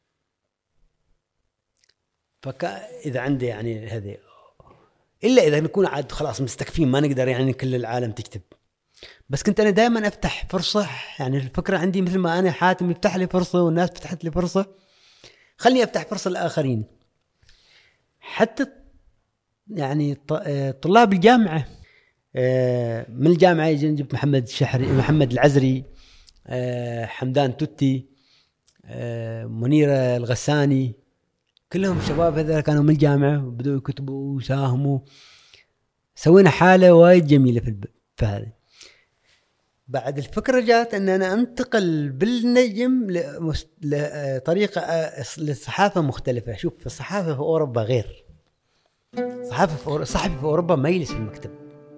إذا عنده يعني هذه، إلا إذا نكون عاد خلاص مستكفين ما نقدر يعني كل العالم تكتب. بس كنت أنا دائما أفتح فرصة، يعني الفكرة عندي مثل ما أنا حاتم يفتح لي فرصة والناس فتحت لي فرصة، خلني أفتح فرصة للآخرين. حتى يعني طلاب الجامعة، من الجامعة جنب محمد الشحري، محمد العزري، حمدان توتي، منيرة الغساني، كلهم شباب هذول كانوا من الجامعة وبدأوا يكتبوا وساهموا. سوينا حالة وايد جميلة في هذا. بعد الفكرة جات أن أنا أنتقل بالنجم لطريقة للصحافة مختلفة. شوف في الصحافة في أوروبا غير صحفي في أوروبا ما يجلس في المكتب،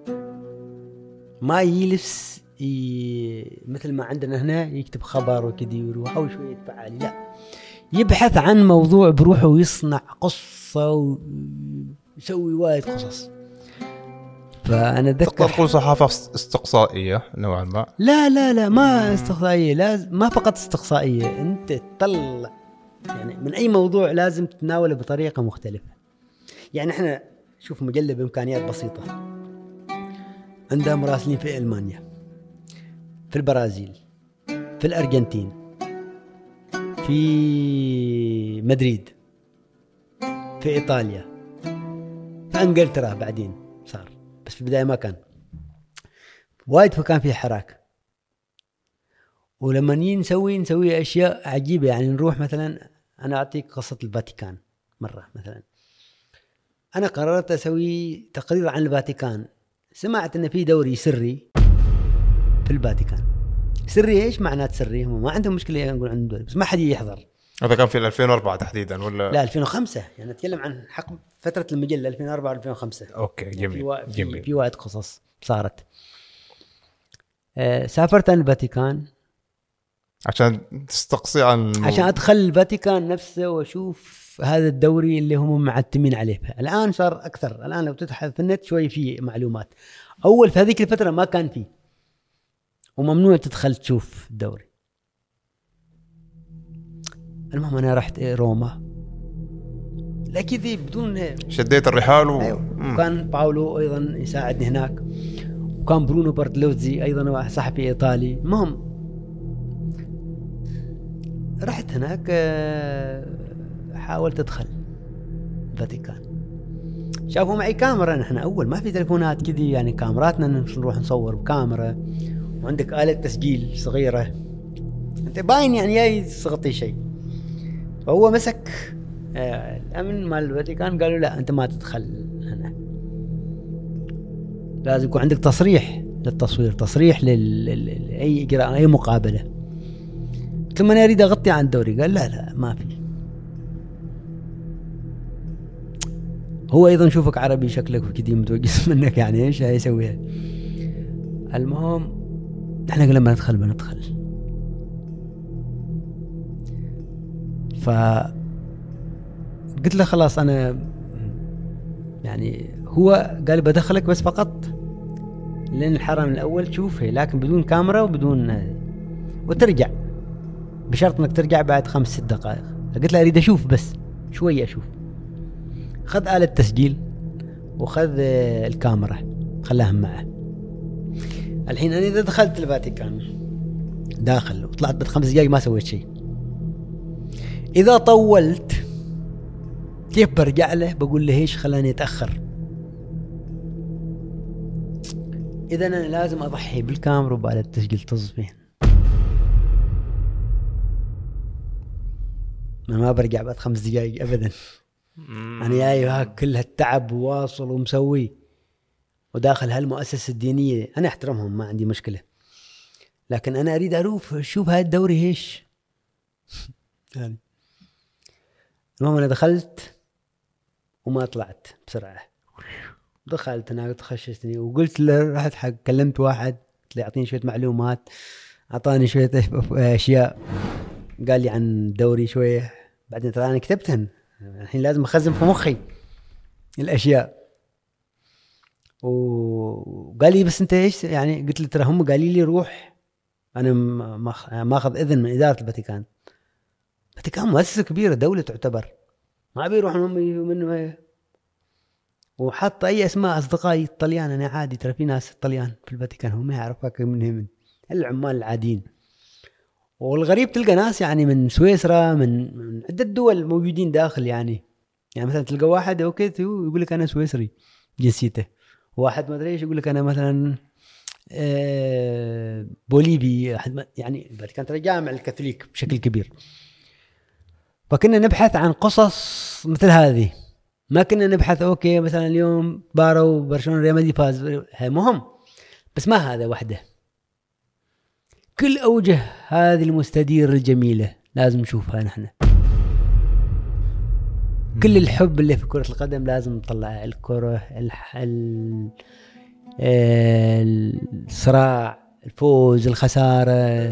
ما يجلس مثل ما عندنا هنا يكتب خبر وكذي ويروح أو شوية فعالي، لا، يبحث عن موضوع بروحه ويصنع قصة ويسوي وايد قصص. فأنا أتذكر تقول صحافة استقصائية نوعا ما. لا ما استقصائية، لازم ما فقط استقصائية، أنت تطلع يعني من أي موضوع لازم تتناوله بطريقة مختلفة. يعني إحنا شوف مجلة بإمكانيات بسيطة، عندها مراسلين في ألمانيا، في البرازيل، في الأرجنتين، في مدريد، في إيطاليا، في إنجلترا بعدين صار، بس في البداية ما كان وايد، فكان فيه حراك. ولما نسوي أشياء عجيبة، يعني نروح مثلا، أنا أعطيك قصة الفاتيكان. مرة مثلا أنا قررت أسوي تقرير عن الفاتيكان، سمعت أن في دوري سري في الفاتيكان. سري إيش معنات سري؟ هم ما عندهم مشكلة نقول عندهم دوري، بس ما حد يحضر. هذا كان في 2004 تحديدا ولا؟ لا 2005، يعني نتكلم عن حق فترة المجلة 2004 2005. أوكي جميل. يعني في وايد قصص صارت. سافرت عن الفاتيكان عشان تستقصي عشان أدخل الفاتيكان نفسه وأشوف هذا الدوري اللي هم معتمين عليه. الآن صار أكثر، الآن لو تتحدث في النت شوي فيه معلومات. أول في هذيك الفترة ما كان فيه، وممنوع تدخل تشوف الدوري. المهم أنا رحت روما، لكن بدون شديت الرحال أيوه. وكان باولو أيضا يساعدني هناك، وكان برونو بارتلوزي أيضا صحفي إيطالي. المهم رحت هناك، حاولت أدخل الفاتيكان. شافوا معي كاميرا، نحن أول ما في تلفونات كذي، يعني كاميراتنا نروح نصور بكاميرا، وعندك آلة تسجيل صغيرة، أنت باين يعني جاي تغطي شيء. فهو مسك الأمن مال الفاتيكان، قالوا لا أنت ما تدخل هنا، لازم يكون عندك تصريح للتصوير، تصريح لأي إجراء، أي مقابلة. ثم أنا أريد أغطي عن الدوري، قال لا ما في. هو أيضا شوفك عربي شكلك وكذي متوجس منك، يعني إيش هيسويها. المهم إحنا قلنا ما ندخل بندخل. فقلت له خلاص أنا يعني هو قال بدخلك بس فقط لين الحرم الأول تشوفه، لكن بدون كاميرا وبدون وترجع، بشرط انك ترجع بعد 5-6 دقائق. قلت له اريد اشوف بس شوية اشوف. خذ آلة تسجيل وخذ الكاميرا خلاهم معه. الحين انا اذا دخلت الفاتيكان داخل وطلعت بعد 5 دقائق ما سويت شيء، اذا طولت كيف برجع له؟ بقول له ايش خلاني اتأخر؟ اذا انا لازم اضحي بالكاميرا وبآلة التسجيل تصفين. أنا ما برجع بعد 5 دقائق أبدا. أنا جاي كل هالتعب وواصل ومسوي وداخل هالمؤسسة الدينية، أنا أحترمهم ما عندي مشكلة، لكن أنا أريد أشوف هاي الدوري إيش يعني. المهم أنا دخلت وما طلعت بسرعة، دخلت هناك تخششتني وقلت له، رحت حق كلمت واحد يعطيني شوية معلومات، أعطاني شوية أشياء، قال لي عن دوري شوية. بعدين ترى أنا كتبتهن، الحين لازم أخزن في مخي الأشياء. وقال لي بس أنت إيش يعني؟ قلت له ترى هم قالوا لي روح، أنا ما أخذ إذن من إدارة الفاتيكان. الفاتيكان مؤسسة كبيرة، دولة تعتبر، ما بيروح منه. وحط أي أسماء أصدقائي الطليان، أنا عادي ترى في ناس طليان في الفاتيكان هم ما يعرفوك من العمال العاديين. والغريب تلقى ناس يعني من سويسرا، من عدة دول موجودين داخل يعني مثلا تلقى واحد اوكي يقول لك انا سويسري جنسيته، واحد ما ادري ايش يقول لك انا مثلا بوليبي، يعني الفاتيكان ترى جامع الكاثوليك بشكل كبير. فكنا نبحث عن قصص مثل هذه، ما كنا نبحث اوكي مثلا اليوم بارو برشلونة ريال مدريد فاز، مهم بس ما هذا وحده. كل أوجه هذه المستدير الجميلة لازم نشوفها نحن. كل الحب اللي في كرة القدم لازم نطلع، الكرة، الصراع، الفوز، الخسارة.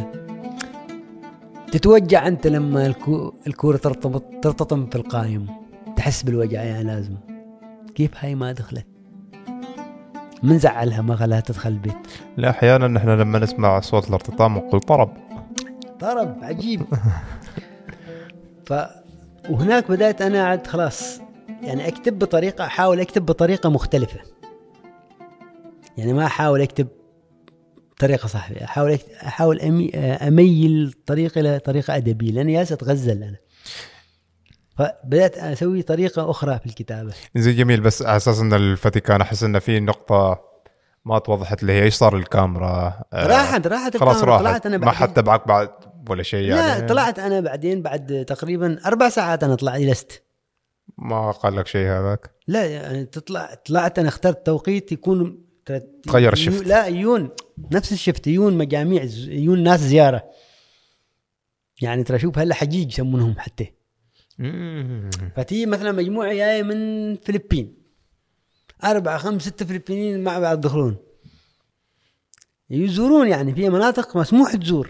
تتوجع أنت لما الكرة ترتطم في القائم، تحس بالوجع يعني لازم. كيف هاي ما دخلت؟ من زعلها ما خلاها تدخل البيت. لا أحيانا نحن لما نسمع صوت الارتطام نقول طرب عجيب. وهناك بدأت أنا عاد خلاص يعني أكتب بطريقة، أحاول أكتب بطريقة مختلفة، يعني ما أحاول أكتب طريقة صحيحة، أحاول أميل طريقة إلى طريقة أدبية، لأني جالس أتغزل أنا. فبدأت أسوي طريقة أخرى في الكتابة. زي جميل. بس على أساس أن الفاتيكان أحس أن في نقطة ما توضحت لي، إيش صار الكاميرا؟ راحت خلاص الكاميرا. راحت. طلعت أنا ما حد تبعك بعد ولا شيء يعني؟ لا طلعت أنا بعد تقريبا 4 ساعات أنا جلست. ما قال لك شيء هذاك؟ لا يعني طلعت أنا اخترت توقيت يكون تغير الشفت. لا يون نفس الشفت، يون مجاميع، يون ناس زيارة يعني. ترى شوف هلا حجيج يسمونهم حتى. فتي مثلا مجموعة جاية من فلبين، 4 5 6 فلبينيين مع بعض يدخلون يزورون، يعني في مناطق مسموح تزور،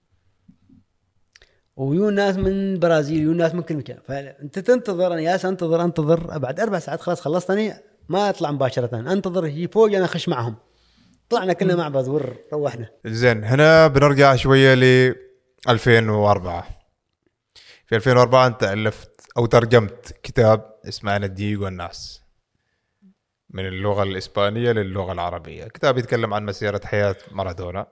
ويون ناس من برازيل، يون ناس من كل مكان. فأنت تنتظر، أنا جالس أنتظر بعد 4 ساعات خلاص خلصتني، ما أطلع مباشرة، أنتظر هي فوق أنا أخش معهم. طلعنا كلنا مع بعض روحنا. زين، هنا بنرجع شوية ل 2004. في 2004 أنت ألفت أو ترجمت كتاب اسمه أنا دييغو الناس، من اللغة الإسبانية للغة العربية. كتاب يتكلم عن مسيرة حياة مارادونا.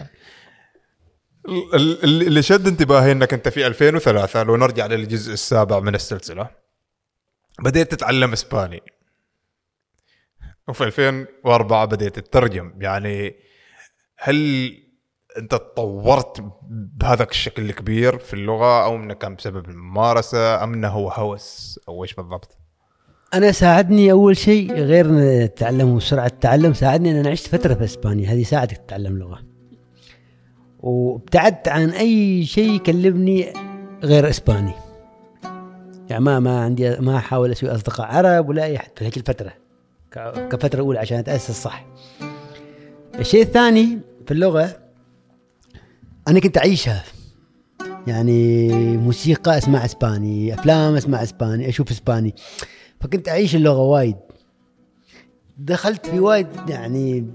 اللي شد انتباهي أنك أنت في 2003، لو نرجع للجزء السابع من السلسلة، بديت تتعلم إسباني، وفي 2004 بديت تترجم. يعني هل أنت تطورت بهذاك الشكل الكبير في اللغة، أو أنه كان بسبب الممارسة، أم أنه هو هوس، أو إيش بالضبط؟ أنا ساعدني أول شيء غير التعلم وسرعة التعلم، ساعدني أن أنا عشت فترة في إسبانيا، هذه ساعدك تتعلم لغة. وابتعدت عن أي شيء يكلمني غير إسباني، يعني ما أحاول أسوي أصدقاء عرب ولا أي حد في هيك الفترة كفترة أولى عشان أتأسس صح. الشيء الثاني في اللغة، أنا كنت أعيشها، يعني موسيقى أسمع إسباني، أفلام أسمع إسباني، أشوف إسباني، فكنت أعيش اللغة وايد. دخلت في وايد يعني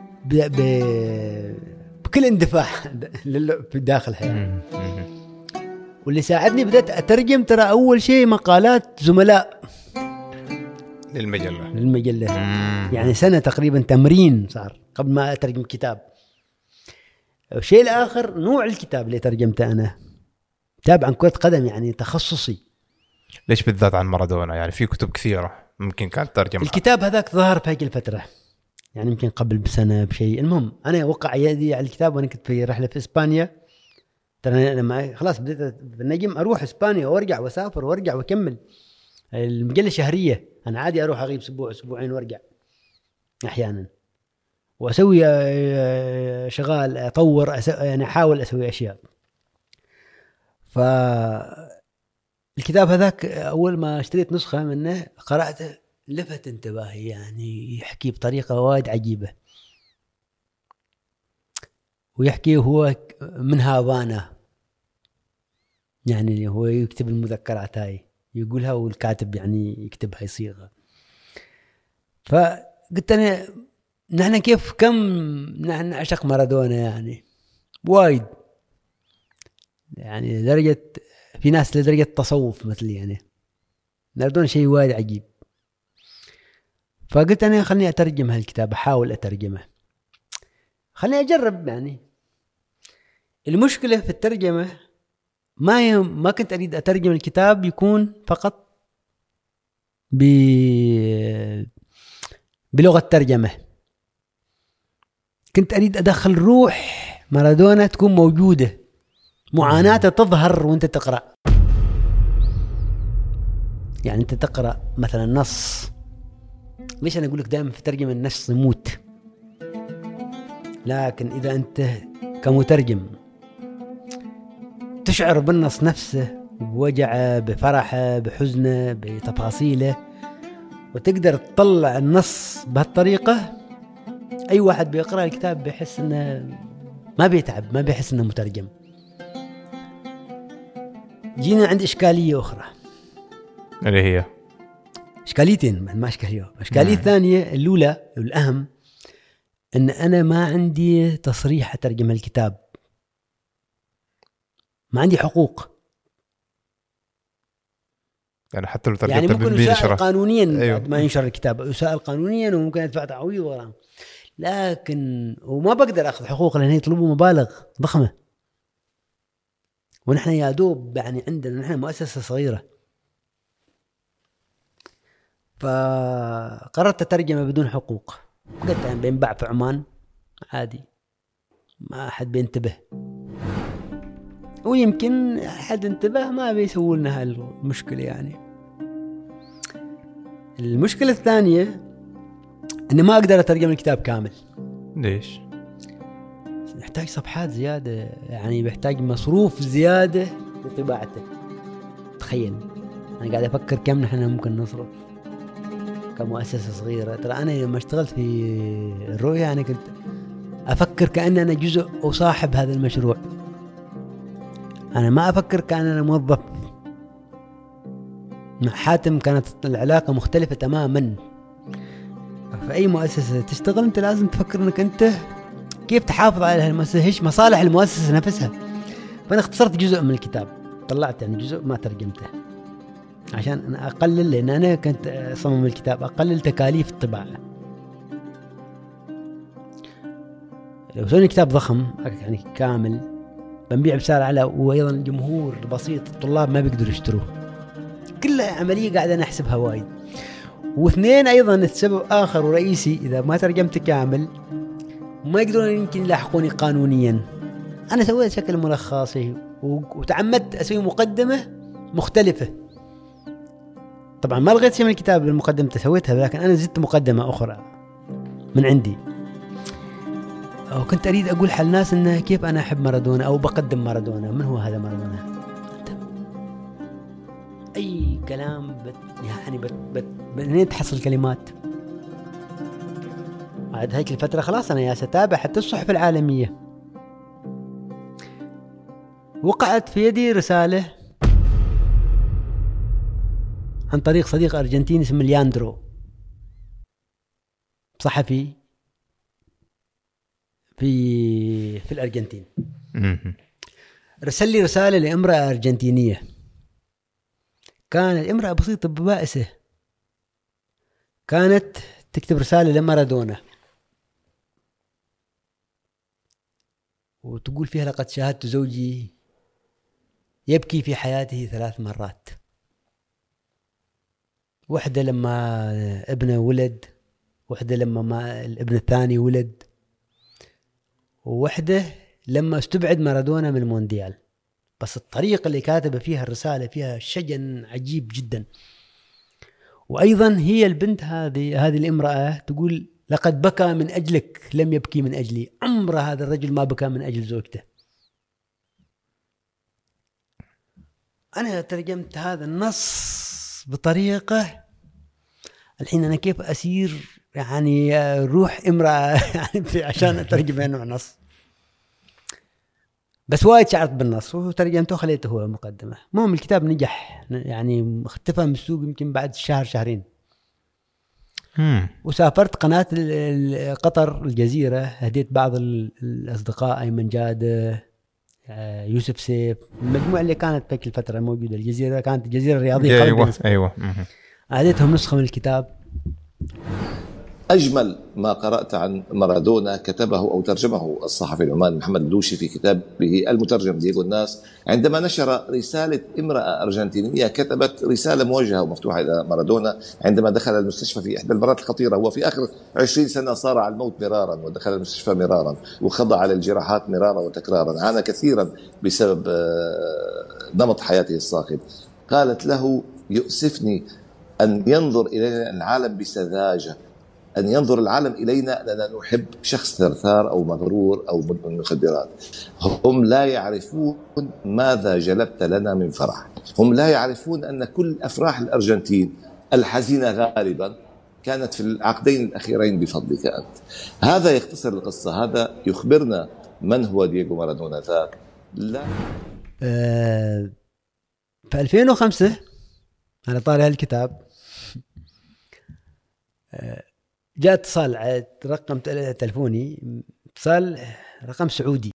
بكل اندفاع في داخلها يعني. واللي ساعدني بدأت أترجم ترى أول شيء مقالات زملاء للمجلة. يعني سنة تقريبا تمرين صار قبل ما أترجم كتاب. الشيء الآخر نوع الكتاب اللي ترجمته أنا كتاب عن كرة قدم يعني تخصصي. ليش بالذات عن مارادونا؟ يعني في كتب كثيرة ممكن كانت ترجمة. الكتاب هذاك ظهر في هيك الفترة يعني يمكن قبل بسنة بشيء. المهم أنا وقع يدي على الكتاب وأنا كنت في رحلة في إسبانيا. ترى لما خلاص بديت بالنجم أروح إسبانيا وأرجع وأسافر وأرجع وأكمل. المجلة شهرية، أنا عادي أروح أغيب أسبوع أسبوعين وأرجع أحيانا وأسوي شغال أطور يعني أحاول أسوي أشياء. فالكتاب هذاك أول ما اشتريت نسخة منه قرأته لفت انتباهي يعني يحكي بطريقة وايد عجيبة. ويحكي هو من هافانا يعني هو يكتب المذكرات هاي يقولها والكاتب يعني يكتبها يصيغها. فقلت أنا نحن كيف كم نحن عشق مارادونا يعني وايد يعني لدرجة في ناس لدرجة تصوف مثلي يعني مارادونا شيء وايد عجيب. فقلت أنا خلني أترجم هالكتاب أحاول أترجمه خلني أجرب يعني. المشكلة في الترجمة ما كنت أريد أترجم الكتاب يكون فقط بلغة ترجمة. كنت أريد أدخل روح مارادونا تكون موجودة معاناته تظهر وانت تقرأ. يعني انت تقرأ مثلا نص. ليش أنا أقولك دائما في ترجمة النص يموت. لكن إذا أنت كمترجم تشعر بالنص نفسه بوجعه بفرحه بحزنه بتفاصيله وتقدر تطلع النص بهالطريقة أي واحد بيقرأ الكتاب بيحس إنه ما بيتعب ما بيحس إنه مترجم. جينا عند إشكالية أخرى اللي هي إشكاليتين ما إشكالية. إشكالية ثانية الأولى والأهم إن أنا ما عندي تصريح أترجم الكتاب. ما عندي حقوق يعني حتى لو يعني ممكن يسأل قانونيا أيوه. بعد ما ينشر الكتاب يسأل قانونيا وممكن يدفع تعويض وغيره. لكن وما بقدر أخذ حقوق لأن يطلبوا مبالغ ضخمة ونحن يا دوب يعني عندنا نحن مؤسسة صغيرة. فقررت الترجمة بدون حقوق. قلت يعني بينباع في عمان عادي ما أحد بينتبه ويمكن أحد انتبه ما بيسووا لنا هالمشكلة يعني. المشكلة الثانية أني ما أقدر أترجم الكتاب كامل. ليش؟ يحتاج صفحات زيادة يعني بيحتاج مصروف زيادة لطباعته. تخيل أنا قاعد أفكر كم نحن ممكن نصرف كمؤسسة صغيرة. ترى أنا لما اشتغلت في الرؤية أنا كنت أفكر كأن أنا جزء أو صاحب هذا المشروع. أنا ما أفكر كأن أنا موظف. مع حاتم كانت العلاقة مختلفة تماما. في أي مؤسسة تشتغل أنت لازم تفكر أنك أنت كيف تحافظ على هالمؤسسة إيش مصالح المؤسسة نفسها. فأنا اختصرت جزء من الكتاب طلعت يعني جزء ما ترجمته عشان أنا أقلل لأن أنا كنت أصمم الكتاب أقلل تكاليف الطباعة. لو سوينا كتاب ضخم يعني كامل بنبيع بسعر أعلى وأيضا الجمهور البسيط الطلاب ما بيقدروا يشتروه. كلها عملية قاعدة نحسبها وايد. واثنين أيضا السبب آخر ورئيسي إذا ما ترجمت كامل ما يقدرون يمكن يلاحقوني قانونيا. أنا سويت شكل ملخصي وتعمدت أسوي مقدمة مختلفة. طبعا ما لغيت شيء من الكتاب المقدمة سويتها لكن أنا زدت مقدمة أخرى من عندي. وكنت أريد أقول حل الناس إنه كيف أنا أحب مارادونا أو بقدم مارادونا. من هو هذا مارادونا؟ أي كلام يعني منين تحصل كلمات. بعد هيك الفترة خلاص أنا يا ستابع حتى الصحف العالمية. وقعت في يدي رسالة عن طريق صديق أرجنتيني اسمه لياندرو. صحفي في الأرجنتين، رسل لي رسالة لامرأة أرجنتينية، كانت امرأة بسيطة بائسة، كانت تكتب رسالة لمارادونا وتقول فيها لقد شاهدت زوجي يبكي في حياته 3 مرات، واحدة لما ابنه ولد، واحدة لما ما الابن الثاني ولد، وواحدة لما استبعد مارادونا من المونديال. بس الطريقة اللي كاتبة فيها الرسالة فيها شجن عجيب جدا. وأيضا هي البنت هذه الامرأة تقول لقد بكى من أجلك لم يبكي من أجلي، عمر هذا الرجل ما بكى من أجل زوجته. أنا ترجمت هذا النص بطريقة الحين أنا كيف أسير يعني روح امرأة يعني عشان أترجم نوع نص، بس وايد شعرت بالنص وترجمته وخليته هو مقدمة. المهم الكتاب نجح يعني، اختفى من السوق يمكن بعد شهرين. وسافرت قناة قطر الجزيرة، هديت بعض الأصدقاء أيمن جادة، يوسف سيف، المجموعة اللي كانت في الفترة موجودة. الجزيرة كانت جزيرة رياضية. أيوة. هديتهم نسخة من الكتاب. أجمل ما قرأت عن مارادونا كتبه أو ترجمه الصحفي العماني محمد اللوشي في كتابه المترجم دييغو الناس، عندما نشر رسالة امرأة أرجنتينية كتبت رسالة موجهة ومفتوحة إلى مارادونا عندما دخل المستشفى في إحدى المرات الخطيرة. هو في آخر 20 سنة صار على الموت مرارا، ودخل المستشفى مرارا، وخضع على الجراحات مرارا وتكرارا، عانى كثيرا بسبب نمط حياته الصاخب. قالت له: يؤسفني أن ينظر إلينا العالم بسذاجة، أن ينظر العالم إلينا أننا نحب شخص ثرثار أو مغرور أو مدمن مخدرات. هم لا يعرفون ماذا جلبت لنا من فرح، هم لا يعرفون أن كل أفراح الأرجنتين الحزينة غالبا كانت في العقدين الأخيرين بفضلك أنت. هذا يختصر القصة، هذا يخبرنا من هو دييغو مارادونا ذاك. لا في 2005 أنا طالع الكتاب، جاء اتصال على رقم تلفوني، اتصال رقم سعودي.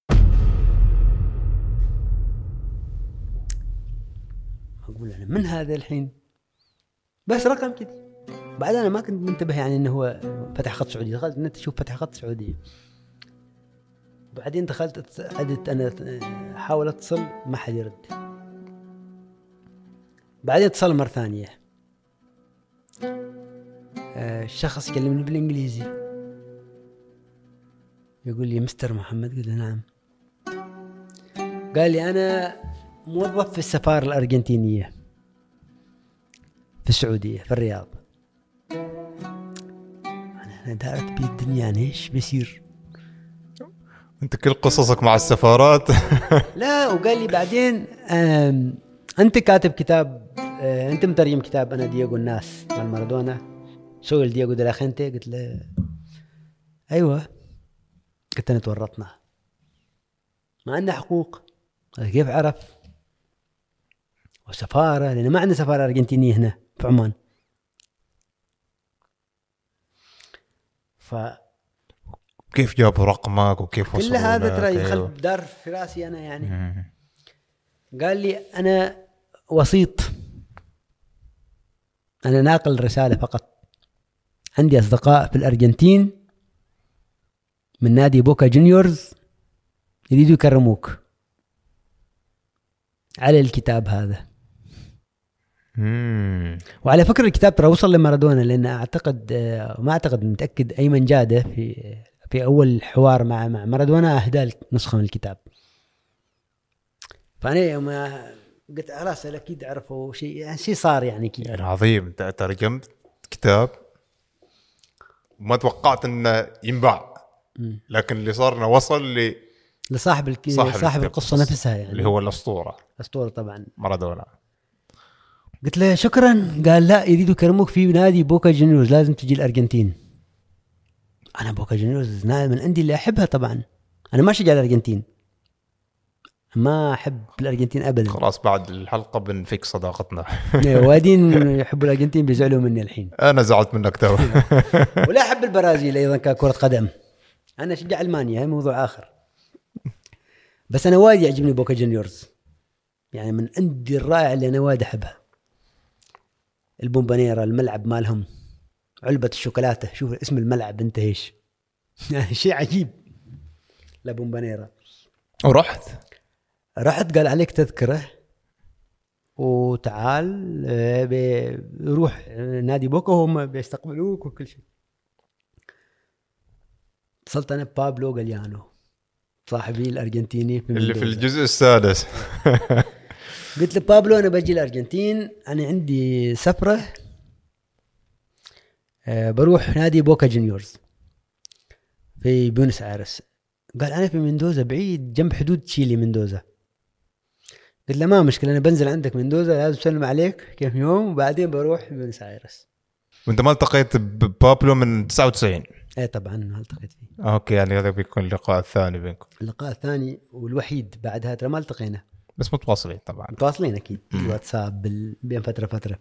أقول أنا من هذا الحين؟ بس رقم كذي. بعد أنا ما كنت منتبه يعني إنه هو فتح خط سعودي، دخلت النت أشوف فتح خط سعودي. بعدين دخلت عدت أنا حاول أتصل ما حد يرد. بعدين اتصل مرة ثانية، الشخص يكلمني بالإنجليزي يقول لي: مستر محمد. قلت له: نعم. قال لي: أنا موظف في السفارة الأرجنتينية في السعودية في الرياض. أنا دارت بي الدنيا يعني إيش بيصير؟ أنت كل قصصك مع السفارات. لا. وقال لي بعدين أنت كاتب كتاب، أنت مترجم كتاب أنا دييغو الناس مع مارادونا، سوي دييغو دي لا خينتي. قلت له: أيوة. قلت أنا تورطنا، ما عندنا حقوق. كيف عرف؟ وسفارة، لأن ما عندنا سفارة أرجنتينية هنا في عمان. كيف جابوا رقمك وكيف وصلوا كل هذا ترى لك؟ يدخل دار في راسي أنا يعني. قال لي: أنا وسيط، أنا ناقل رسالة فقط. عندي أصدقاء في الأرجنتين من نادي بوكا جونيورز يريدوا يكرموك على الكتاب هذا. وعلى فكرة الكتاب ترى وصل لمارادونا، لأن أعتقد ما أعتقد متأكد أيمن جادة في أول حوار مع مارادونا أهدى نسخة من الكتاب. فأنا يوم قلت خلاص أكيد عرفوا شيء، يعني شيء صار يعني كذا. يعني عظيم، أنت ترجمت كتاب وما توقعت إنه ينباع، لكن اللي صار إنه وصل لصاحب القصة نفسها يعني، اللي هو الأسطورة طبعا مارادونا. قلت له شكرا. قال: لا، يريدوا يكرموك في نادي بوكا جونيورز، لازم تجي الأرجنتين. أنا بوكا جونيورز من عندي اللي أحبها طبعا، أنا ما أشجع الأرجنتين، ما أحب الأرجنتين أبدا. خلاص بعد الحلقة بنفك صداقتنا. وادين يحبوا الأرجنتين بيزعلوا مني الحين. أنا زعلت منك تو. ولا أحب البرازيل أيضا ككرة قدم. أنا أشجع ألمانيا، هي موضوع آخر. بس أنا وايد يعجبني بوكا جونيورز، يعني من عندي الرائع اللي أنا وايد أحبها. البومبانيرا، الملعب مالهم، علبة الشوكولاتة، شوف اسم الملعب انت ايش. يعني شيء عجيب. لا بومبانيرا. ورحت قال عليك تذكرة وتعال بيروح نادي بوكا وهم بيستقبلوك وكل شيء. اتصلت انا بابلو غاليانو صاحبي الارجنتيني اللي في الجزء السادس. قلت له بابلو انا بجي الارجنتين، انا عندي سفرة بروح نادي بوكا جونيورز في بونس آيرس. قال أنا في مندوزا بعيد جنب حدود تشيلي مندوزا. قلت له ما مشكلة، أنا بنزل عندك مندوزا لازم أسلم عليك كم يوم وبعدين بروح بونس آيرس. وانت ما التقيت ببابلو من 99؟ ايه طبعا ما التقيت فيه. اوكي، يعني هذا بيكون اللقاء الثاني بينكم. اللقاء الثاني والوحيد، بعدها ترى ما التقينا بس متواصلين طبعا. متواصلين أكيد بالواتساب بين فترة.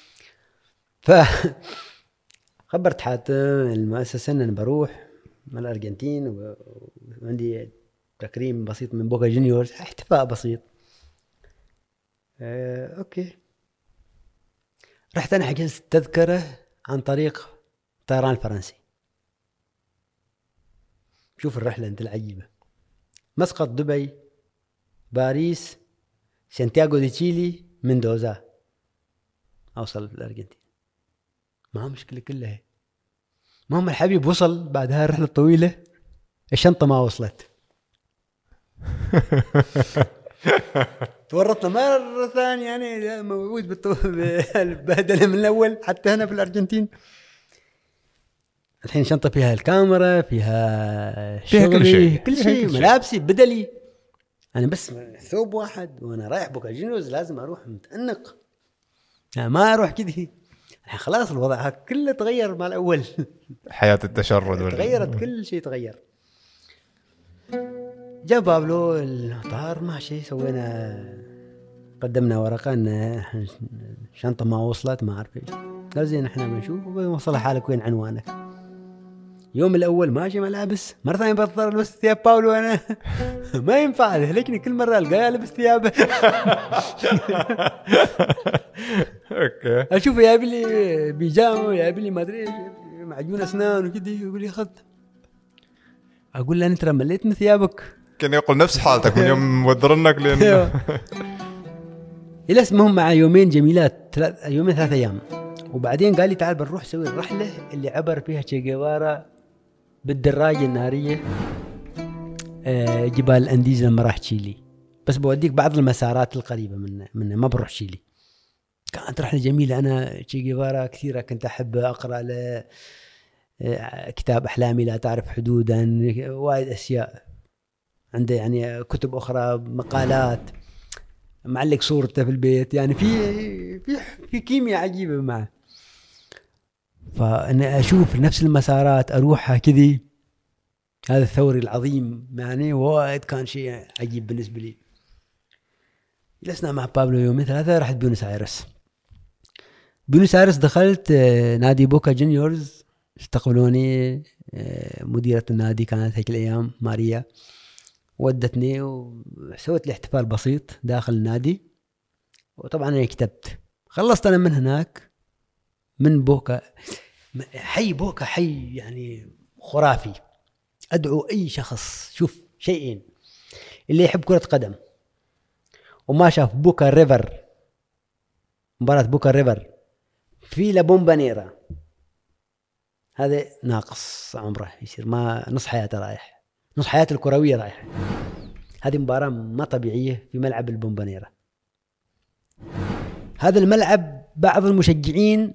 خبرت حاتم المؤسسة أن أنا بروح من الأرجنتين وعندي تكريم بسيط من بوكا جونيورز، احتفاء بسيط. أوكي. رحت أنا حجزت تذكرة عن طريق طيران الفرنسي. شوف الرحلة أنت العجيبة، مسقط دبي، باريس، سانتياغو دي تشيلي، مندوزا، أوصل الأرجنتين. ما مشكلة كلها. المهم الحبيب وصل بعد هاي الرحلة الطويلة، الشنطة ما وصلت. تورطنا مرة ثانية، يعني موجود بالبهدلة من الأول حتى هنا في الأرجنتين. الحين شنطة فيها الكاميرا، فيها شغلي، كل شيء، ملابسي، بدلي. أنا بس ثوب واحد وأنا رايح بوكا جونيورز لازم أروح متأنق، يعني ما أروح كذي. خلاص الوضع كله تغير مع الأول. حياة التشرد تغيرت، كل شيء تغير. جاء بابلو المطار ماشي، سوينا قدمنا ورقة أن شنطة ما وصلت، ما أعرف إيش. قال زين إحنا بنشوف وصل حالك وين عنوانك. يوم الأول ماشي ملابس، مرة ثانية بضطر ألبس ثياب بابلو. أنا ما ينفع هلكني كل مرة ألقاه ألبس ثيابه. اوكي. اشوف يجيب لي بيجامه، يجيب لي ما ادري معجون اسنان وكذا، يقول لي خذ. اقول له انت ترى مليت من ثيابك. كان يقول نفس حالتك من يوم ودرنك لين الى اسمهم مع يومين جميلات، يومين 3 أيام. وبعدين قال لي تعال بنروح نسوي الرحله اللي عبر فيها تشي جيفارا بالدراجه الناريه جبال الانديز لما راح تشيلي. بس بوديك بعض المسارات القريبه من ما بروح تشيلي. كانت رحلة جميلة. أنا تشي جيفارا كثيرة كنت أحب أقرأ له كتاب أحلامي لا تعرف حدودا، وايد أشياء عنده، يعني كتب أخرى، مقالات، معلق صورته في البيت، يعني في كيمياء عجيبة معه. فأنا أشوف نفس المسارات أروحها كذي، هذا الثوري العظيم يعني وايد كان شيء عجيب بالنسبة لي. جلسنا مع بابلو يومين 3، رحت بونس آيرس. بونس آيرس دخلت نادي بوكا جونيورز، استقبلوني مديرة النادي كانت هيك الأيام ماريا، ودتني وسوت لي احتفال بسيط داخل النادي. وطبعا أنا كتبت. خلصت أنا من هناك من بوكا. حي بوكا حي يعني خرافي. أدعو أي شخص شوف شيئين، اللي يحب كرة قدم وما شاف بوكا ريفر، مباراة بوكا ريفر في لابومبانيرا، هذا ناقص عمره، يصير ما نص حياته رايح، نص حياته الكروية رايح. هذه مباراة ما طبيعية في ملعب البومبانيرا. هذا الملعب بعض المشجعين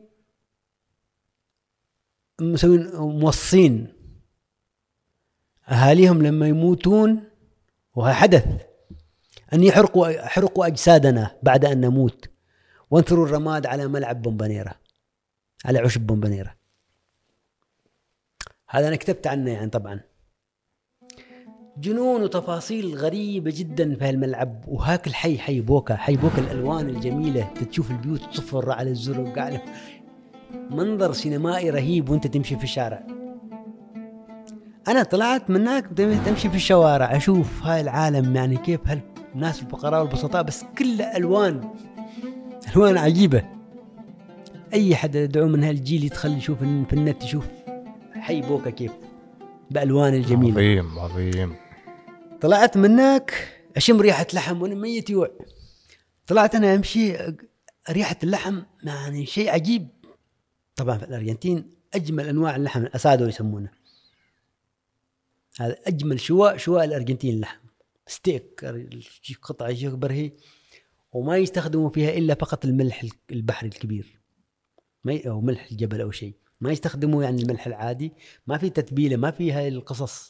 مسوين موصين أهاليهم لما يموتون، وهذا حدث، أن يحرقوا أجسادنا بعد أن نموت وانثروا الرماد على ملعب بومبانيرا، على عشب بومبانيرا. هذا أنا كتبت عنه يعني طبعا. جنون وتفاصيل غريبة جدا في هالملعب. وهاك الحي حي بوكا الألوان الجميلة، تشوف البيوت تصفر على الزرق، على منظر سينمائي رهيب وانت تمشي في الشارع. أنا طلعت من هناك تمشي في الشوارع أشوف هاي العالم، يعني كيف هالناس الفقراء والبسطاء بس كلها ألوان عجيبة. أي حد يدعو من هالجيل يدخل يشوف في النت، يشوف حي بوكا كيف بألوان الجميلة. عظيم. طلعت من هناك أشم ريحة لحم وأنا ميت يوع. طلعت أنا أمشي ريحة اللحم يعني شيء عجيب. طبعا في الأرجنتين أجمل أنواع اللحم الأسادو يسمونه، هذا أجمل شواء الأرجنتين اللحم، ستيك قطعة يكبر هي، وما يستخدموا فيها إلا فقط الملح البحري الكبير، أو ملح الجبل أو شيء، ما يستخدموا يعني الملح العادي، ما في تتبيلة، ما في هاي القصص.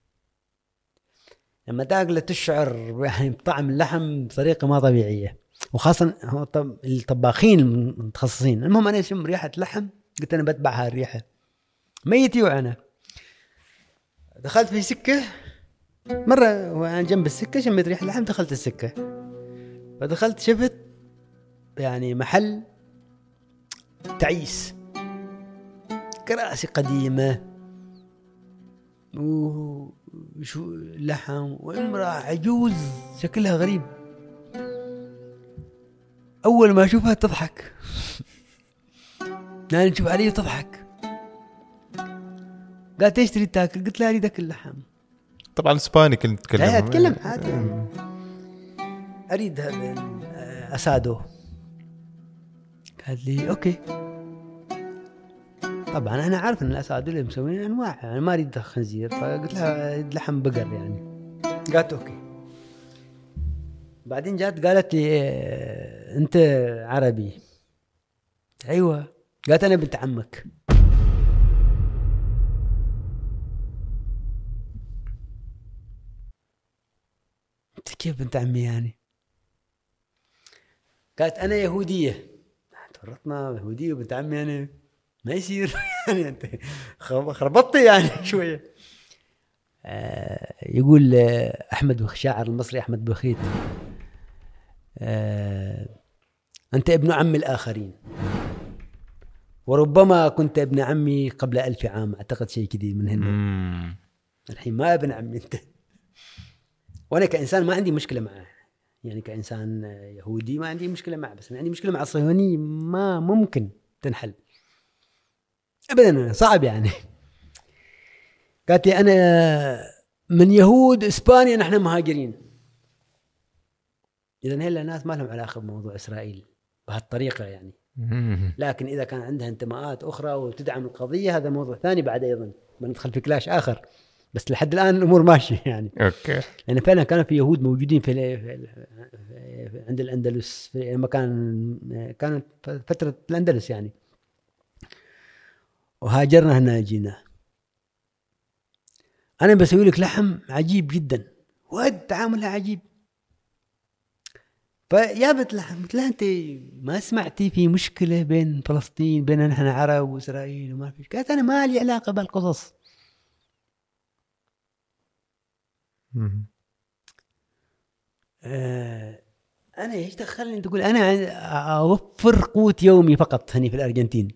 لما تاكله تشعر يعني بطعم اللحم بطريقة ما طبيعية، وخاصة الطباخين المتخصصين. المهم أنا أشم ريحة لحم، قلت أنا بتبع هاي الريحة، ميت أنا. دخلت في سكة مرة وأنا جنب السكة، شميت ريحة لحم، دخلت السكة، فدخلت شفت يعني محل تعيس، كراسي قديمة وشو لحم، وامرأة عجوز شكلها غريب، أول ما أشوفها تضحك يعني نشوف علي تضحك. قالت ايش تريد تاكل؟ قلت لها اريد اكل لحم. طبعا اسباني كنت تتكلم. لا اتكلم عادي يعني. اريد هذا اسادو. قالت لي اوكي. طبعا انا عارف ان الاسادو اللي مسوين انواع، يعني ما اريد خنزير، فقلت لها لحم بقر يعني. قالت اوكي. بعدين جات قالت لي انت عربي؟ ايوه. قالت انا بنت عمك. كيف بنت عمي يعني؟ قالت أنا يهودية. تورطنا يهودية وبنت عمي يعني ما يصير يعني أنت خربطتي يعني شوية. يقول أحمد شاعر المصري أحمد بخيت، أنت ابن عم الآخرين، وربما كنت ابن عمي قبل 1000 عام. أعتقد شيء كذي من هنا. الحين ما ابن عمي أنت. وأنا كإنسان ما عندي مشكلة معه، يعني كإنسان يهودي ما عندي مشكلة معه، بس أنا عندي مشكلة مع الصهيوني، ما ممكن تنحل أبدا، صعب يعني. قالت لي أنا من يهود إسبانيا، نحن مهاجرين. إذن هلا الناس ما لهم علاقة بموضوع إسرائيل بهالطريقة يعني، لكن إذا كان عندها انتماءات أخرى وتدعم القضية هذا موضوع ثاني بعد، أيضا بندخل في كلاش آخر، بس لحد الآن الأمور ماشية يعني. أوكي. لأن فعلا كان في يهود موجودين في عند الأندلس في لما كانت فترة الأندلس يعني، وهاجرنا هنا جينا. أنا بسوي لك لحم عجيب جدا، والتعامل عجيب. فيابت لحم، قلت لها أنت ما سمعتي في مشكلة بين فلسطين بين نحن عرب وإسرائيل وما فيش؟ قالت أنا ما لي علاقة بالقصص. أنا إيش دخلني تقول أنا أوفر قوت يومي فقط هني في الأرجنتين،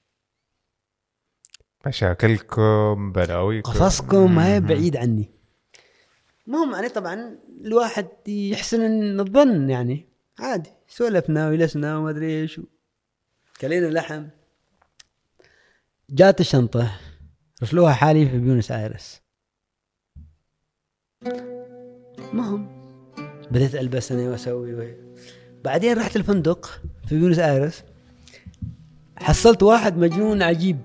مشاكلكم بلاويكم قصصكم هاي بعيد عني. المهم يعني طبعا الواحد يحسن الظن يعني، عادي سولفنا ويلسنا وما أدري إيش، كلينا لحم. جات الشنطة رسلوها حالي في بيونس آيرس. المهم بديت ألبس أنا وأسوي بعدين رحت الفندق في بيونس آيرس، حصلت واحد مجنون عجيب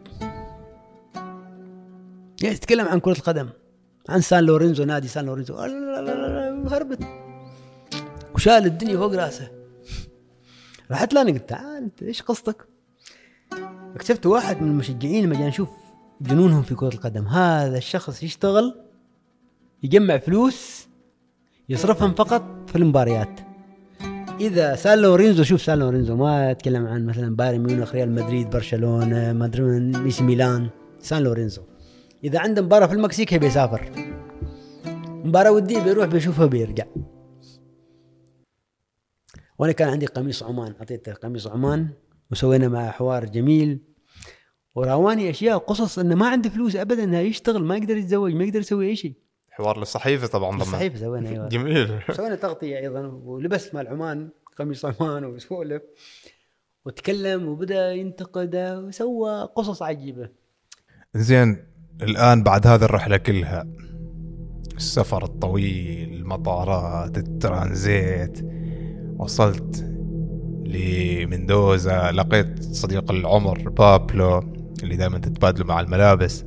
يتكلم عن كرة القدم، عن سان لورينزو، نادي سان لورينزو. هربت وشال الدنيا فوق راسه. رحت لاني قلت تعال انت ايش قصتك؟ اكتشفت واحد من المشجعين لما جاي نشوف جنونهم في كرة القدم. هذا الشخص يشتغل يجمع فلوس يصرفهم فقط في المباريات. إذا سان لورينزو، شوف سان لورينزو ما أتكلم عن مثلا بايرن ميونخ، ريال مدريد، برشلونة، ميسي، ميلان، سان لورينزو. إذا عنده مباراة في المكسيك هي بيسافر مباراة ودية بيروح بيشوفها بيرجع. وانا كان عندي قميص عمان، اعطيته قميص عمان وسوينا معه حوار جميل، وراواني اشياء وقصص انه ما عنده فلوس ابدا انه يشتغل، ما يقدر يتزوج، ما يقدر يسوي اي شيء. حوار للصحيفه طبعا ضمن الصحيفه سوينا ايوه جميل. سوينا تغطيه ايضا، ولبس مال عمان قميص عمان وسولف وتكلم وبدا ينتقد وسوى قصص عجيبه. زين الان بعد هذه الرحله كلها، السفر الطويل، المطارات، الترانزيت، وصلت لمندوزا، لقيت صديق العمر بابلو اللي دائما تتبادلوا مع الملابس،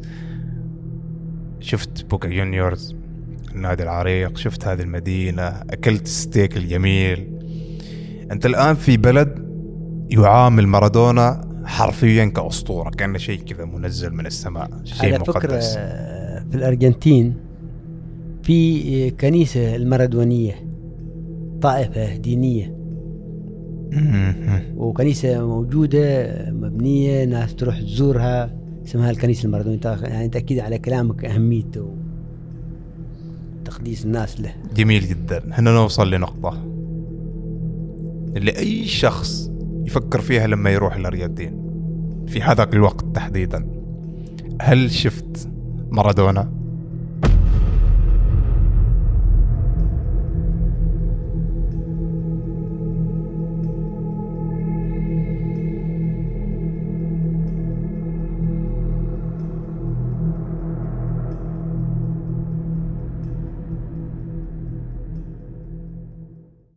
شفت بوكا جونيورز، النادي العريق، شفت هذه المدينة، أكلت ستيك الجميل. أنت الآن في بلد يعامل مارادونا حرفيا كأسطورة، كأنه شيء كذا منزل من السماء، شيء على مقدس. فكرة في الأرجنتين في كنيسة المارادونية، طائفة دينية، وكنيسة موجودة مبنية، ناس تروح تزورها، اسمها الكنيسة المارادونية. يعني تأكيد على كلامك أهميته وتقديس الناس له. جميل جدا. هنا نوصل لنقطة اللي أي شخص يفكر فيها لما يروح الأرجنتين في هذاك الوقت تحديدا. هل شفت مارادونا؟